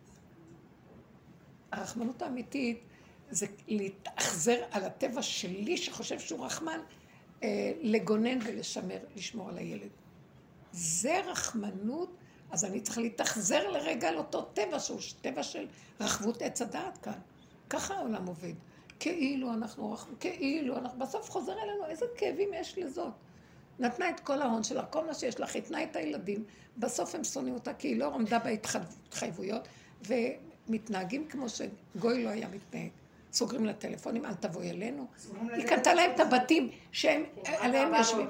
הרחמנות האמיתית זה להתאכזר על הטבע שלי שחושב שהוא רחמן, לגונן ולשמר, לשמור על הילד. זה רחמנות, אז אני צריכה להתאכזר לרגע על אותו טבע שהוא טבע של רחבות עץ הדעת כאן. ככה העולם עובד. כאילו אנחנו בסוף חוזר אלינו, איזה כאבים יש לזאת. נתנה את כל ההון שלה, כל מה שיש לך, התנה את הילדים, בסוף הם שונאים אותה כי היא לא עמדה בהתחייבויות, ומתנהגים כמו שגוי לא היה מתנהג. סוגרים לטלפונים, אל תבואי אלינו. היא קנתה להם את הבתים שהם עליהם יושבים.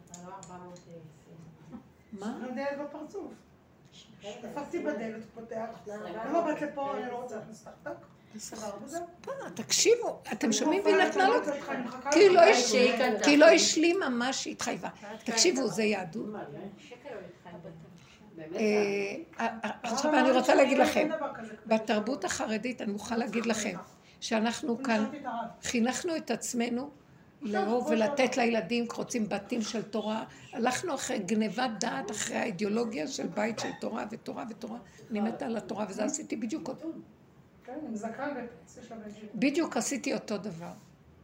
מה? סוגרים דלת בפרצוף. דפקתי בדלת, פותח. למה באת לפה, אני לא רוצה להכניס תחתק? תקשיבו, אתם שומעים והיא נתנה לו? כי היא לא השלימה מה שהתחייבה. תקשיבו, זה יהדות. עכשיו אני רוצה להגיד לכם, בתרבות החרדית אני מוכרחה להגיד לכם, שאנחנו כאן חינכנו את עצמנו לאהוב ולתת לילדים, רוצים בתים של תורה, הלכנו אחרי גנבת דעת, אחרי האידיאולוגיה של בית של תורה ותורה ותורה, אני מתה על התורה וזה עשיתי בדיוק אותו. בדיוק עשיתי אותו דבר.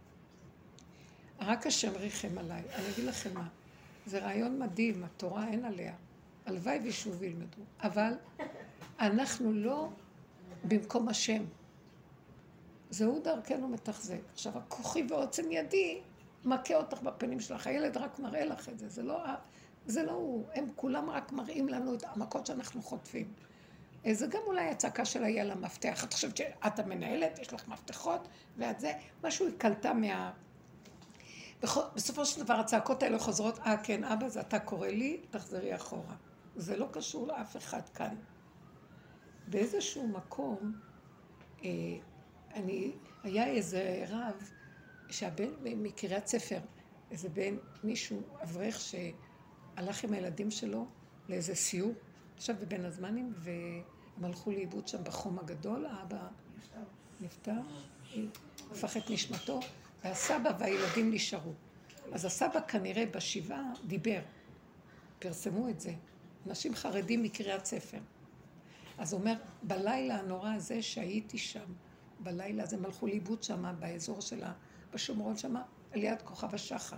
רק השם ריחם עליי, אני אגיד לכם מה, זה רעיון מדהים, התורה אין עליה, הלוואי וישוב וילמדו, אבל אנחנו לא במקום השם. זהו דרכנו מתחזק. עכשיו, הכוחי ועוצם ידי מכה אותך בפנים שלך. הילד רק מראה לך את זה. זה לא הוא. הם כולם רק מראים לנו את המכות שאנחנו חוטפים. זה גם אולי הצעקה שלה היא על המפתח. את חושבת שאת המנהלת, יש לך מפתחות, ואת זה, משהו היא קלטה בסופו של דבר הצעקות האלה חוזרות, כן, אבא, זה אתה קורא לי, תחזרי אחורה. זה לא קשור לאף אחד כאן. באיזשהו מקום, היה איזה רב שהבן מקריית ספר, איזה בן, מישהו, אברך שהלך עם הילדים שלו לאיזה סיור, עכשיו בבין הזמנים, והם הלכו לאיבוד שם בחום הגדול, האבא נפטר, הפך את נשמתו, והסבא והילדים נשארו. אז הסבא כנראה בשבעה דיבר, פרסמו את זה, אנשים חרדים מקריית ספר. אז הוא אומר, בלילה הנורא הזה שהייתי שם, בלילה הזה הם הלכו לאיבוד שם, באזור שלה, בשומרון שם, על יד כוכב השחר.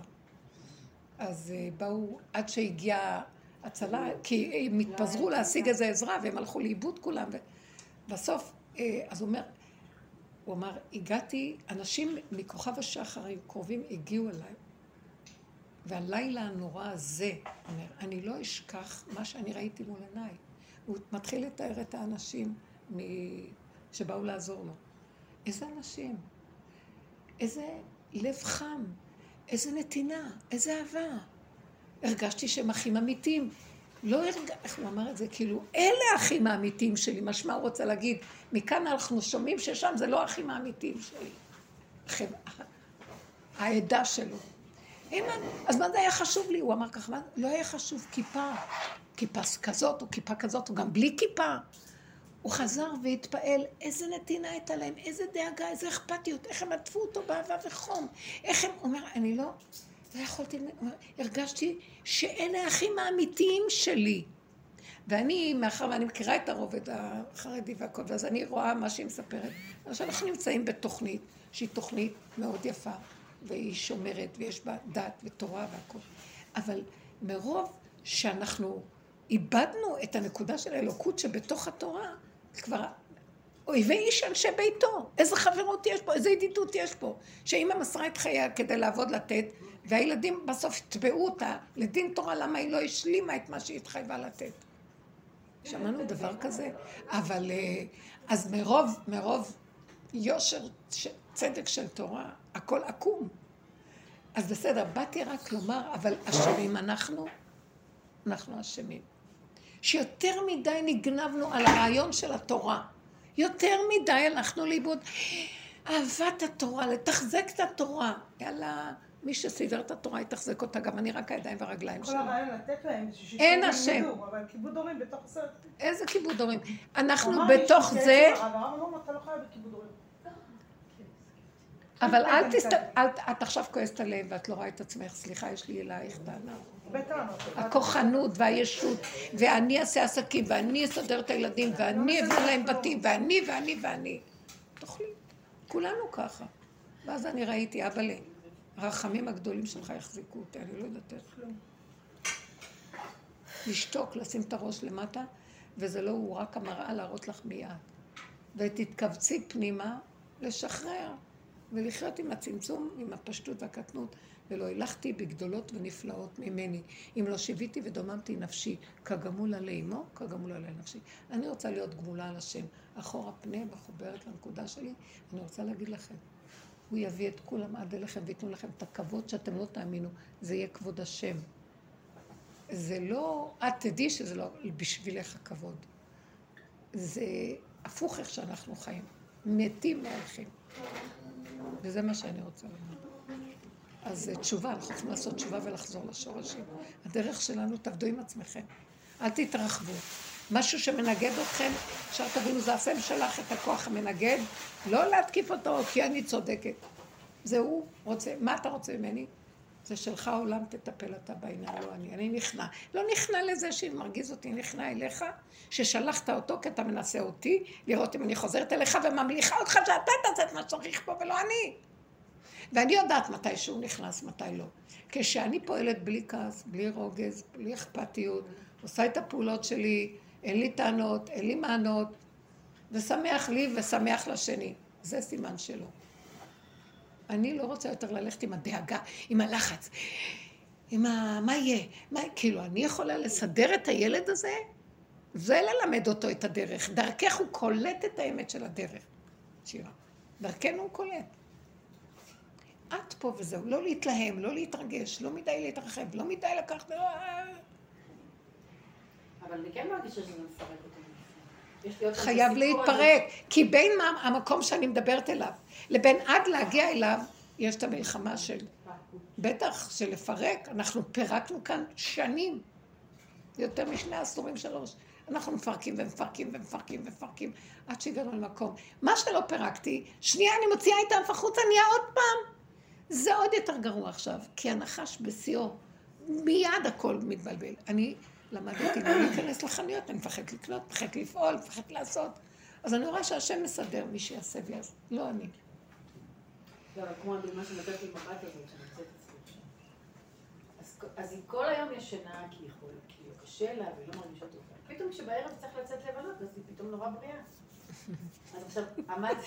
אז באו, עד שהגיעה הצלה, כי הם התפזרו להשיג איזה עזרה, והם הלכו לאיבוד כולם, ובסוף, אז הוא אמר, הגעתי, אנשים מכוכב השחר, קרובים, הגיעו אליי, והלילה הנורא הזה, אומר, אני לא אשכח מה שאני ראיתי מול עיניי. הוא מתחיל לתאר את האנשים שבאו לעזור לו. איזה אנשים, איזה לב חם, איזה נתינה, איזה אהבה. הרגשתי שהם אחים אמיתיים. לא איך הוא אמר את זה, כאילו, אלה האחים האמיתיים שלי, משמע הוא רוצה להגיד, מכאן אנחנו שומעים ששם זה לא האחים האמיתיים שלי. העדה שלו. אז מה זה היה חשוב לי? הוא אמר ככה, לא היה חשוב כיפה כזאת או כיפה כזאת, או גם בלי כיפה. הוא חזר והתפעל, איזה נתינה הייתה להם, איזה דאגה, איזה אכפתיות, איך הם עטפו אותו באהבה וחום. איך הם, אומר, אני לא יכולתי, הרגשתי שאלה האחים האמיתיים שלי. ואני, מאחר ואני מכירה את הרובד החרדי והכל, ואז אני רואה מה שהיא מספרת. עכשיו אנחנו נמצאים בתוכנית, שהיא תוכנית מאוד יפה, והיא שומרת, ויש בה דת ותורה והכל. אבל מרוב שאנחנו איבדנו את הנקודה של האלוקות שבתוך התורה, כבר אויבי איש אנשי ביתו, איזה חברות יש פה, איזה ידידות יש פה, שאמא מסרה את חייה כדי לעבוד לתת, והילדים בסוף יתבעו אותה לדין תורה למה היא לא השלימה את מה שהיא התחייבה לתת. שמענו דבר כזה, אבל אז מרוב יושר, צדק של תורה, הכל עקום. אז בסדר, באתי רק לומר, אבל אשמים אנחנו אשמים. שיותר מדי נגנבנו על הרעיון של התורה. יותר מדי הלכנו לאיבוד. אהבת התורה, לתחזק את התורה. יאללה, מי שסידר את התורה יתחזק אותה, גם אני רק הידיים והרגליים שלו. כל הרעיון לתת להם, אין השם. אבל כיבוד הורים בתוך הסרט. איזה כיבוד הורים? אנחנו בתוך זה... הרב אמר, אתה לא חייב בכיבוד הורים. אבל את עכשיו כועסת עליהם ואת לא רואה את עצמך, סליחה, יש לי אלייך טענה. הכוחנות והישות, ואני אעשה עסקים, ואני אסדר את הילדים, ואני אביא להם בתים, ואני. תאכלי, כולנו ככה. ואז אני ראיתי, אבא לי, הרחמים הגדולים שלך יחזיקו אותי, אני לא יודעת איך. לשתוק, לשים את הראש למטה, וזה לא הוא רק המראה להראות לך מיד. ותתכווצי פנימה, לשחרר. ולחיות עם הצמצום, עם הפשטות והקטנות, ולא הלכתי בגדולות ונפלאות ממני. אם לא שיוויתי ודוממתי נפשי, כגמול עלי אמו, כגמול עלי נפשי. אני רוצה להיות גמולה על השם. אחורה פנה מחוברת לנקודה שלי, אני רוצה להגיד לכם, הוא יביא את כולם עד אליכם ויתנו לכם את הכבוד שאתם לא תאמינו, זה יהיה כבוד השם. זה לא, את תדעי שזה לא בשבילך הכבוד. זה הפוך איך שאנחנו חיים. מתים מהלכים. וזה מה שאני רוצה לומר. אז תשובה, אנחנו צריכים לעשות תשובה ולחזור לשורשים. הדרך שלנו, תעבדו עם עצמכם. אל תתרחבו. משהו שמנגד אתכם, אפשר תבינו, זה השם שלך את הכוח המנגד, לא להתקיף אותו, כי אני צודקת. זה הוא רוצה. מה אתה רוצה ממני? זה שלך העולם, תטפל אתה בעניין, לא אני. אני נכנע. לא נכנע לזה שמרגיז אותי, נכנע אליך, ששלחת אותו כי אתה מנסה אותי, לראות אם אני חוזרת אליך וממליכה אותך שאתה תעשה את מה שצריך פה ולא אני. ואני יודעת מתי שהוא נכנס, מתי לא. כשאני פועלת בלי כעס, בלי רוגז, בלי אכפתיות, עושה את הפעולות שלי, אין לי טענות, אין לי מענות, ושמח לי ושמח לשני. זה סימן שלו. אני לא רוצה יותר ללכת עם הדאגה, עם הלחץ, עם מה יהיה? כאילו, אני יכולה לסדר את הילד הזה, וללמד אותו את הדרך. דרכך הוא קולט את האמת של הדרך. שירה. דרכנו הוא קולט. את פה וזהו, לא להתלהם, לא להתרגש, לא מדי להתרחב, לא מדי לקחת, לא... אבל אני כן מרגישה שזה מפרק אותי. חייב להתפרק, כי בין המקום שאני מדברת אליו, לבין עד להגיע אליו, יש את המלחמה של, בטח, של לפרק, אנחנו פירקנו כאן שנים, יותר משני עשורים 3, אנחנו מפרקים ומפרקים ומפרקים ומפרקים, עד שהגענו למקום. מה שלא פירקתי, שנייה אני מוציאה את ההפכות, נהיה עוד פעם. זה עוד יותר גרוע עכשיו, כי הנחש בשיאו, מיד הכל מתבלבל. אני למדתי לא להיכנס לחנויות, אני מפחד לקנות, מפחד לפעול, מפחד לעשות. אז אני רואה שהשם מסדר מי שיעשה ויעשה, לא אני. לא, אבל כמו הדוגמה שנתת לי עם הבת הזאת, שאני יוצאת אצלי שם. אז היא כל היום ישנה, כי היא קשה לה והיא לא מרגישה טובה. פתאום כשבערב צריך לצאת לבלות, אז היא פתאום נורא בריאה. אז עכשיו עמדתי,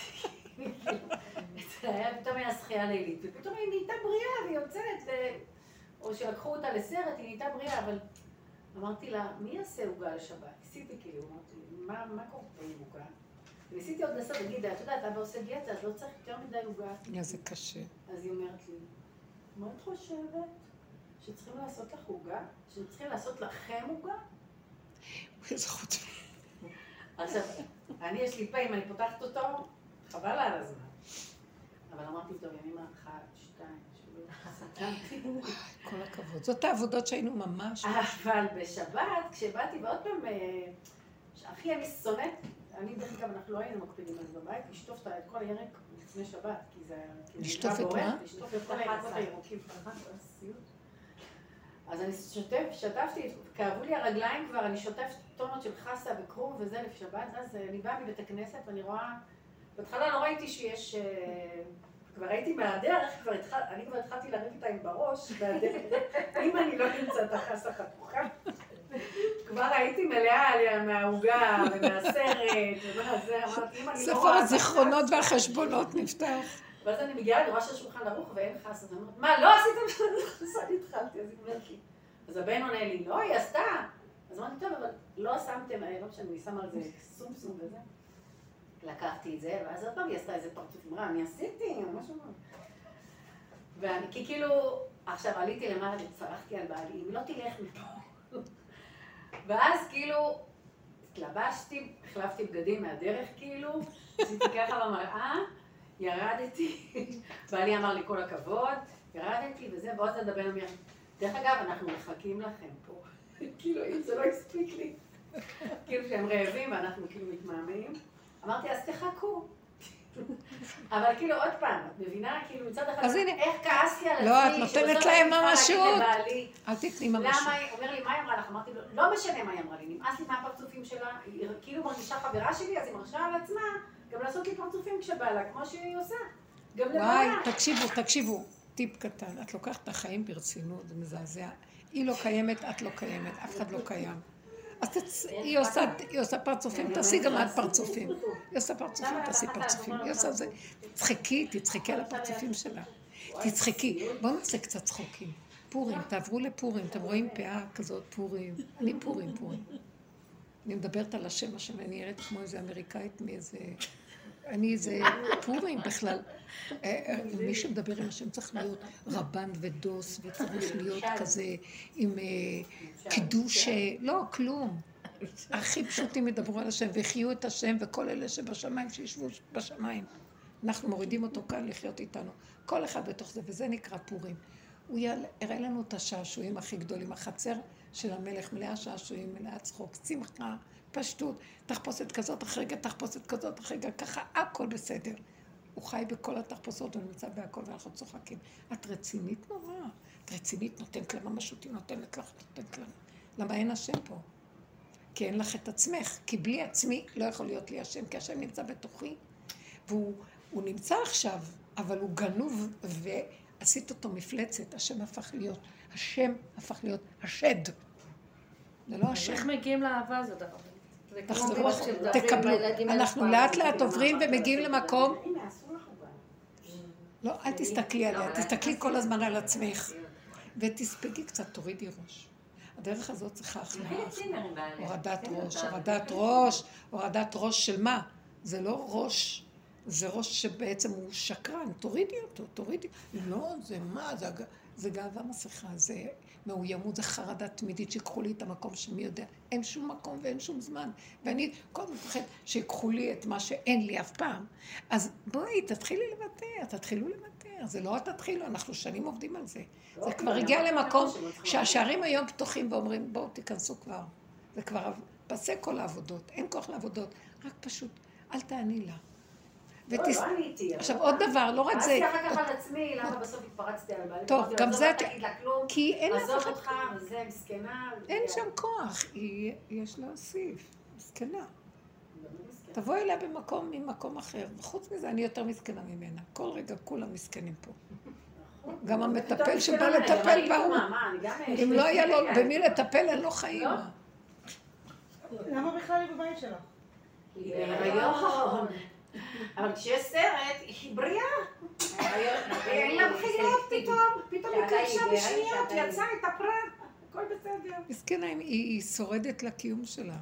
פתאום היה שחייה לילית, ופתאום היא נהייתה בריאה והיא יוצאת, או שלקחו אותה לסרט, היא נהייתה בריאה, אבל אמרתי לה, מי יעשה עוגה לשבת? ניסיתי כאילו, אמרתי, מה קורה עם עוגה? וניסיתי עוד לנסות, תגיד, אתה יודע, אתה עושה דיאטה, אז לא צריך יותר מדי עוגה. זה קשה. אז היא אומרת לי, מה את חושבת? שצריכים לעשות לך עוגה? שצריכים לעשות לכם עוגה? איזה חוץ. עכשיו, אני יש לי פה, אם אני פותחת אותו, חבל על הזמן. אבל אמרתי, טוב, ימים 1, 2, 3, כל הכבוד. זאת העבודות שהיינו ממש... אבל בשבת, כשבאתי, ועוד פעם, הכי אני שונאת, אני דרך אגב, אנחנו לא היינו מקפידים על זה בבית, לשטוף את כל הירק לפני שבת, כי זה... לשטוף את מה? לשטוף את כל הירקות הירוקים. אז אני שטפתי, כאבו לי הרגליים כבר, אני שוטפת טונות של חסה וקרום וזה לשבת, אז אני באה מבית הכנסת ואני רואה, בהתחלה לא ראיתי שיש, כבר הייתי מהדרך, אני כבר התחלתי לריב איתה עם בראש, אם אני לא נמצא את החסה חתוכה, כבר הייתי מלאה עליה מהעוגה ומהסרט ומה זה, אמרתי, אם אני לא רואה... ספר הזיכרונות והחשבונות נפתח. ואז אני מגיעה, אני רואה שהשולחן ערוך ואין חסה, ואני אומרת, מה, לא עשיתם חסה? אני התחלתי, אז היא אומרת לי. אז הבן עונה לי, לא, היא עשתה. אז אמרתי, טוב, אבל לא שמתם, לא משנה, אני שמה על זה סום וזה. לקחתי את זה, ואז עוד פעם היא עשתה איזה פרצוף, אמרה, אני עשיתי, או משהו מה. כי כאילו, עכשיו עליתי למעלה וצרחתי על בעלי, אם לא תלך מפה. ואז כאילו, התלבשתי, החלפתי בגדים מהדרך כאילו, עשיתי ככה במראה, ירדתי, בעלי אמר לי כל הכבוד, ירדתי וזה, ועוד זה דבר אמר, דרך אגב, אנחנו מחכים לכם פה. כאילו, אם זה לא הספיק לי. כאילו שהם רעבים ואנחנו כאילו מתמהמהים. אמרתי, אז תחכו. אבל כאילו עוד פעם, את מבינה? כאילו מצד אחד, איך כעסתי על עצמי? לא, את נותנת להם ממשות. אל תתני ממשות. למה? אומר לי, מה היא אמרה לך? אמרתי לו, לא משנה מה היא אמרה לי, נמאס לי מהפרצופים שלה, היא כאילו מרגישה חברה שלי, אז היא מרשה על עצמה גם לעשות לי פרצופים כשבא לה, כמו שהיא עושה. גם לבעלה. וואי, תקשיבו, טיפ קטן, את לוקחת את החיים ברצינות, זה מזעזע. היא לא קיימת, את לא קיימת, אף אחד לא קיים. אז היא עושה פרצופים, תעשי גם את פרצופים. היא עושה פרצופים, תעשי פרצופים. היא עושה זה. תצחקי על הפרצופים שלה. תצחקי. בואו נעשה קצת צחוקים. פורים, תעברו לפורים. אתם רואים פאה כזאת, פורים. אני פורים. אני מדברת על השם, אני נראית כמו איזה אמריקאית מאיזה... אני איזה פורים בכלל. מי שמדבר עם השם צריך להיות רבן ודוס, וצריך להיות כזה עם קידוש, לא, כלום. הכי פשוטים ידברו על השם, והחיו את השם, וכל אלה שבשמיים שישבו בשמיים. אנחנו מורידים אותו כאן לחיות איתנו. כל אחד בתוך זה, וזה נקרא פורים. הוא יראה לנו את השעשועים הכי גדולים, החצר של המלך, מלאה שעשועים, מלאה צחוק, שמחה, פשטות, תחפושת כזאת, אחרי רגע תחפושת כזאת, אחרי רגע ככה, הכל בסדר. הוא חי בכל התחפושות, הוא נמצא בהכל ואנחנו צוחקים. את רצינית נורא, את רצינית, נותנת לה ממשות, היא נותנת לך. למה אין השם פה? כי אין לך את עצמך, כי בלי עצמי לא יכול להיות לי השם, כי השם נמצא בתוכי, והוא נמצא עכשיו, אבל הוא גנוב ועשית אותו מפלצת, השם הפך להיות השד. זה לא השם. איך מגיעים לאהבה הזאת? תחזרו, תקבלו. אנחנו לאט לאט עוברים ומגיעים למקום. לא, אל תסתכלי עליה, תסתכלי כל הזמן על עצמך. ותספגי קצת, תורידי ראש. הדרך הזאת צריכה הורדת ראש של מה? זה לא ראש, זה ראש שבעצם הוא שקרן. תורידי אותו, תורידי. לא, זה מה? זה גאווה מסכה, זה מאוימות, זה חרדה תמידית שיקחו לי את המקום שמי יודע. אין שום מקום ואין שום זמן. ואני כל הזמן מפחד שיקחו לי את מה שאין לי אף פעם. אז בואי, תתחילו לוותר. זה לא תתחילו, אנחנו שנים עובדים על זה. זה כבר הגיע למקום שהשערים היום פתוחים ואומרים, בואו תיכנסו כבר. זה כבר פסק כל העבודות, אין כוח לעבודות, רק פשוט, אל תעני לה. לא עניתי. עכשיו עוד דבר, לא רק זה... אז אחר כך על עצמי, למה בסוף התפרצתי על בעלי? טוב, גם זה... לא תגיד לה כלום, כי אין לך... עזוב אותך, וזה מסכנה. אין שם כוח, יש להוסיף, מסכנה. תבואי אליה ממקום אחר, וחוץ מזה אני יותר מסכנה ממנה. כל רגע כולם מסכנים פה. גם המטפל שבא לטפל בה הוא. אם לא היה לו במי לטפל, אין לו חיים. למה בכלל היא בבית שלך? היום. אבל כשיש סרט, היא בריאה. אין לה בחירות פתאום היא קרשה בשניות, יצאה את הפרט, הכל בסדר. מסכנה, היא שורדת לקיום שלה.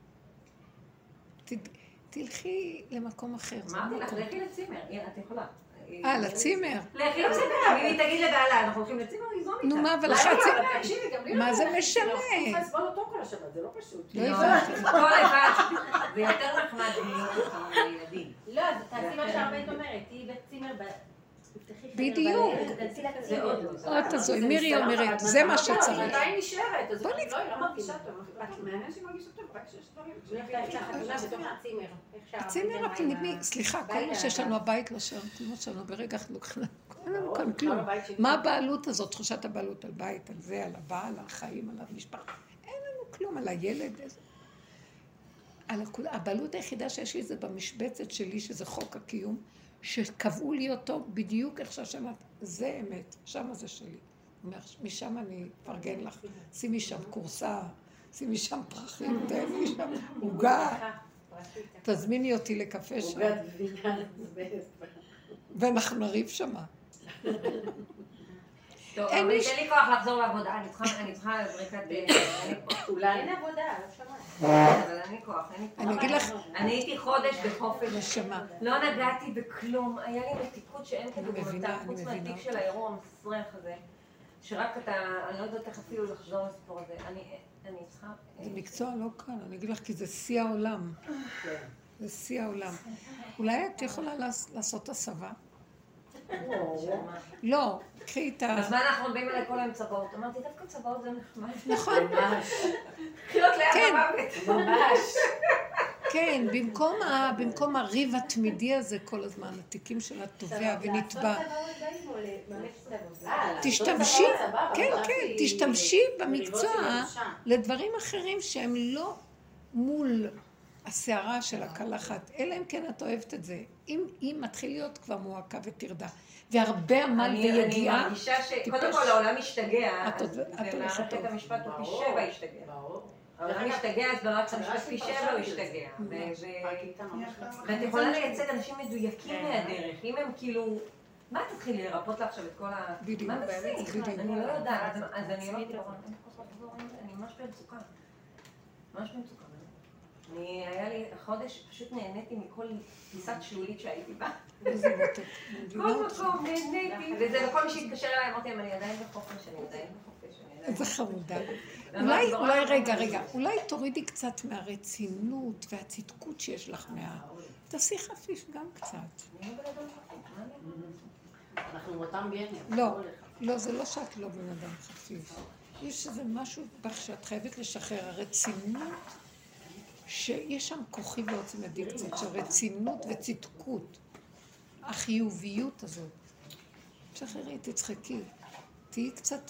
תלכי למקום אחר. אמרתי לך, לכי לצימר, את יכולה. לצימר. לכי לצימר, אם היא תגיד לבעלה, אנחנו הולכים לצימר, ליזום איתה. נו מה, אבל אחרי הצימר, מה זה משנה? צריך לסבול אותו כל השבת, זה לא פשוט. לא הבנתי. זה יותר נחמד לילדים. לא, אז תעשי מה שהרבנית אומרת, תהיי בצימר, בדיוק. עוד תזוי, מירי אומרת, זה מה שצריך. עדיין נשארת, אז אני לא מרגישה טוב, מעניין שהיא מרגישה טוב, רק שיש דברים. הצימר הפנימי, סליחה, כל מה שיש לנו הבית לא שם, כמו שלנו ברגע אין לנו כאן כלום. מה הבעלות הזאת, תחושת הבעלות על בית, על זה, על הבעל, על החיים, על המשפחה? אין לנו כלום, על הילד, הבעלות היחידה שיש לי זה במשבצת שלי, שזה חוק הקיום, שקבעו לי אותו בדיוק איך שהשם, זה אמת, שם זה שלי. משם אני אפרגן לך, שימי שם קורסה, שימי שם פרחים, תהני שם עוגה, תזמיני אותי לקפה שם. ואנחנו נריב שמה. טוב, אבל אין לי כוח לחזור לעבודה, אני צריכה ברכת... אולי אין עבודה, לא שמעת. אבל אין לי כוח, אני אגיד לך... אני הייתי חודש בחופש. נשמה. לא נגעתי בכלום, היה לי מתיקות שאין כדוגמתה, חוץ מהתיק של האירוע המסריח הזה, שרק אתה, אני לא יודעת איך אפילו לחזור לסיפור הזה, אני צריכה... זה מקצוע לא קל, אני אגיד לך, כי זה שיא העולם. זה שיא העולם. אולי את יכולה לעשות הסבה? לא, קחי את ה... אז מה אנחנו באים אליי כל היום צבאות? אמרתי, דווקא צבאות זה נחמד. נכון. חיות ליד המוות. ממש. כן, במקום הריב התמידי הזה כל הזמן, התיקים שלה תובע ונתבע. תשתמשי, כן, תשתמשי במקצוע לדברים אחרים שהם לא מול הסערה של הקלחת, אלא אם כן את אוהבת את זה. אם מתחיל להיות כבר מועקה ותרדה, והרבה עמל ויגיעה, אני מרגישה שקודם כל העולם משתגע, ומערכת המשפט הוא פי 7 ישתגע. העולם משתגע, אז ברק חמישת פי 7 הוא ישתגע. ואת יכולה לייצג אנשים מדויקים מהדרך, אם הם כאילו... מה תתחילי לרפות לה עכשיו את כל ה... בדיוק. מה מציק? אני לא יודעת, אז אני לא יודעת, אני ממש במצוקה. ממש במצוקה. היה לי חודש, פשוט נהניתי מכל טיסת שלולית שהייתי בה. איזה מותק. כל מקום, נהניתי. וזה לכל מי שהתקשר אליי, אמרתי להם, אני עדיין בחופש, אני עדיין בחופש. איזה חמודה. רגע, אולי תורידי קצת מהרצינות והצדקות שיש לך תעשי חפיף גם קצת. אנחנו באותם גנים. לא, זה לא שאת לא בן אדם חפיף. יש איזה משהו בך שאת חייבת לשחרר, הרצינות, שיש שם כוחי ועוצם אדיר קצת, של רצינות וצדקות. החיוביות הזאת. שחררי, תצחקי. תהיי קצת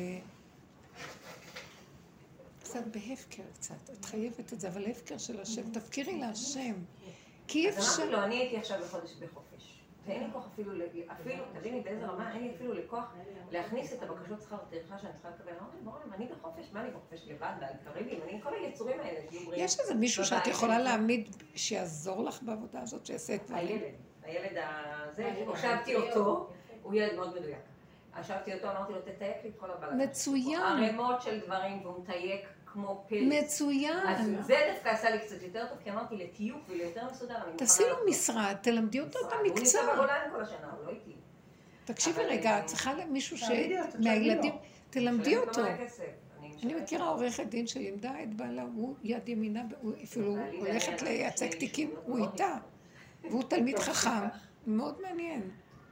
בהפקר קצת. את חייבת את זה, אבל הפקר של השם. תפקירי להשם. כי אפשר... אז אמרתי לו, אני הייתי עכשיו בחודש בחופש. ואין לי כוח אפילו, תביני באיזה רמה, אין לי אפילו לכוח להכניס את הבקשות שכר טרחה שאני צריכה לקבל. אמרתי, אני בחופש, מה אני בחופש לבד, והקריבים, אני כל היצורים האלה. יש איזה מישהו שאת יכולה להעמיד שיעזור לך בעבודה הזאת, שיעשה את דברים? הילד הזה, הושבתי אותו, הוא ילד מאוד מדויק. הושבתי אותו, אמרתי לו, תתייק לי את כל הבלגן. מצוין. הרמות של דברים, והוא מתייק כמו פלס. מצוין. אז זה דווקא עשה לי קצת יותר טוב, כי אמרתי לתיוק וליותר מסודר. תעשי לו משרד, תלמדי אותו את המקצוע. הוא נמצא בגולן כל השנה, הוא לא איתי. תקשיבי רגע, צריכה מישהו מהילדים, תלמדי אותו. אני מכירה עורכת דין שלימדה את בעלה, הוא יד ימינה, הוא אפילו הולכת לייצג תיקים, הוא איתה. והוא תלמיד חכם, מאוד מעניין.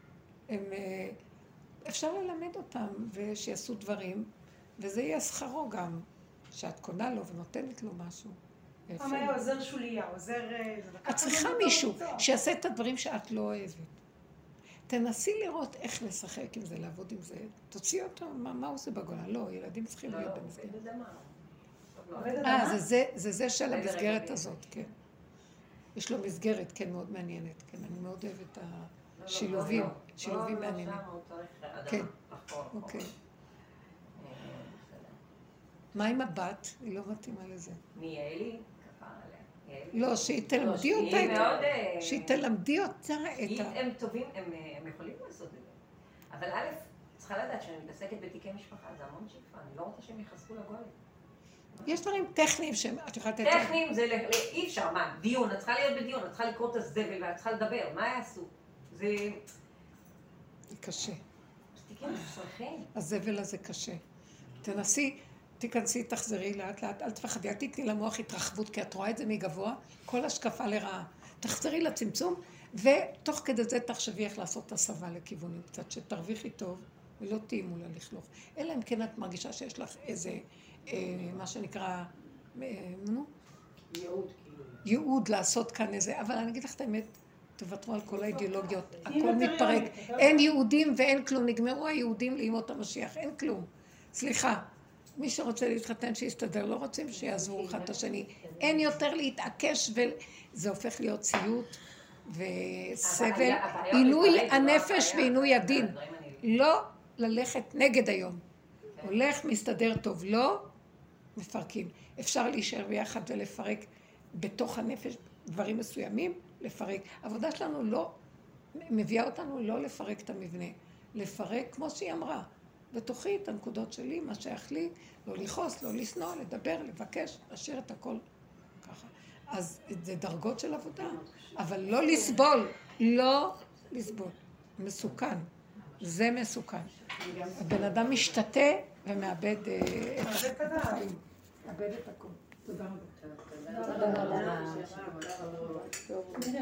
אפשר ללמד אותם ושיעשו דברים, וזה יהיה שכרו גם, שאת קונה לו ונותנת לו משהו. מה היה עוזר שוליה, עוזר... את צריכה מישהו שיעשה את הדברים שאת לא אוהבת. תנסי לראות איך לשחק עם זה, לעבוד עם זה. תוציא אותו, מה הוא עושה בגולן? לא, ילדים צריכים להיות במסגרת. זה של המסגרת הזאת, כן. יש לו מסגרת, כן, מאוד מעניינת. כן, אני מאוד אוהבת השילובים, שילובים מעניינים. כן, אוקיי. מה עם הבת? היא לא מתאימה לזה. מי יעלי? לא, שהיא תלמדי אותה, שהיא תלמדי אותה את ה... הם טובים, הם יכולים לעשות את זה. אבל א', צריכה לדעת שאני מתעסקת בתיקי משפחה, זה המון שאיפה, אני לא רוצה שהם יחזקו לגולם. יש דברים טכניים שאת יכולה לתת... טכניים זה אי אפשר, מה? דיון, את צריכה להיות בדיון, את צריכה לקרוא את הזבל ואת צריכה לדבר, מה יעשו? זה קשה. תיקים מסרחים. הזבל הזה קשה. תנסי, תיכנסי, תחזרי לאט לאט, אל תפחדי, אל תתני למוח התרחבות, כי את רואה את זה מגבוה, כל השקפה לרעה. תחזרי לצמצום, ותוך כדי זה תחשבי איך לעשות הסבה לכיוונים קצת, שתרוויחי טוב ולא תהיי מול הלכלוך. אלא אם כן את מרגישה שיש לך איזה, מה שנקרא, ייעוד לעשות כאן איזה, אבל אני אגיד לך את האמת, תוותרו על כל האידיאולוגיות, הכל מתפרק. אין יהודים ואין כלום, נגמרו היהודים לימות המשיח, אין כלום. סליחה. מי שרוצה להתחתן שיסתדר, לא רוצים שיעזבו אחד את השני. אין יותר להתעקש, וזה הופך להיות סיוט וסבל, עינוי הנפש ועינוי הדין. לא ללכת נגד היום. הולך, מסתדר טוב, לא מפרקים. אפשר להישאר ביחד ולפרק בתוך הנפש דברים מסוימים, לפרק. העבודה שלנו לא, מביאה אותנו לא לפרק את המבנה, לפרק כמו שהיא אמרה. בתוכי את הנקודות שלי, מה שייך לי, לא לכעוס, לא לשנוא, לדבר, לבקש, להשאיר את הכל ככה. אז זה דרגות של עבודה, אבל לא לסבול, לא לסבול. מסוכן, זה מסוכן. הבן אדם משתתה ומאבד את החיים. מאבד את הכל. תודה רבה.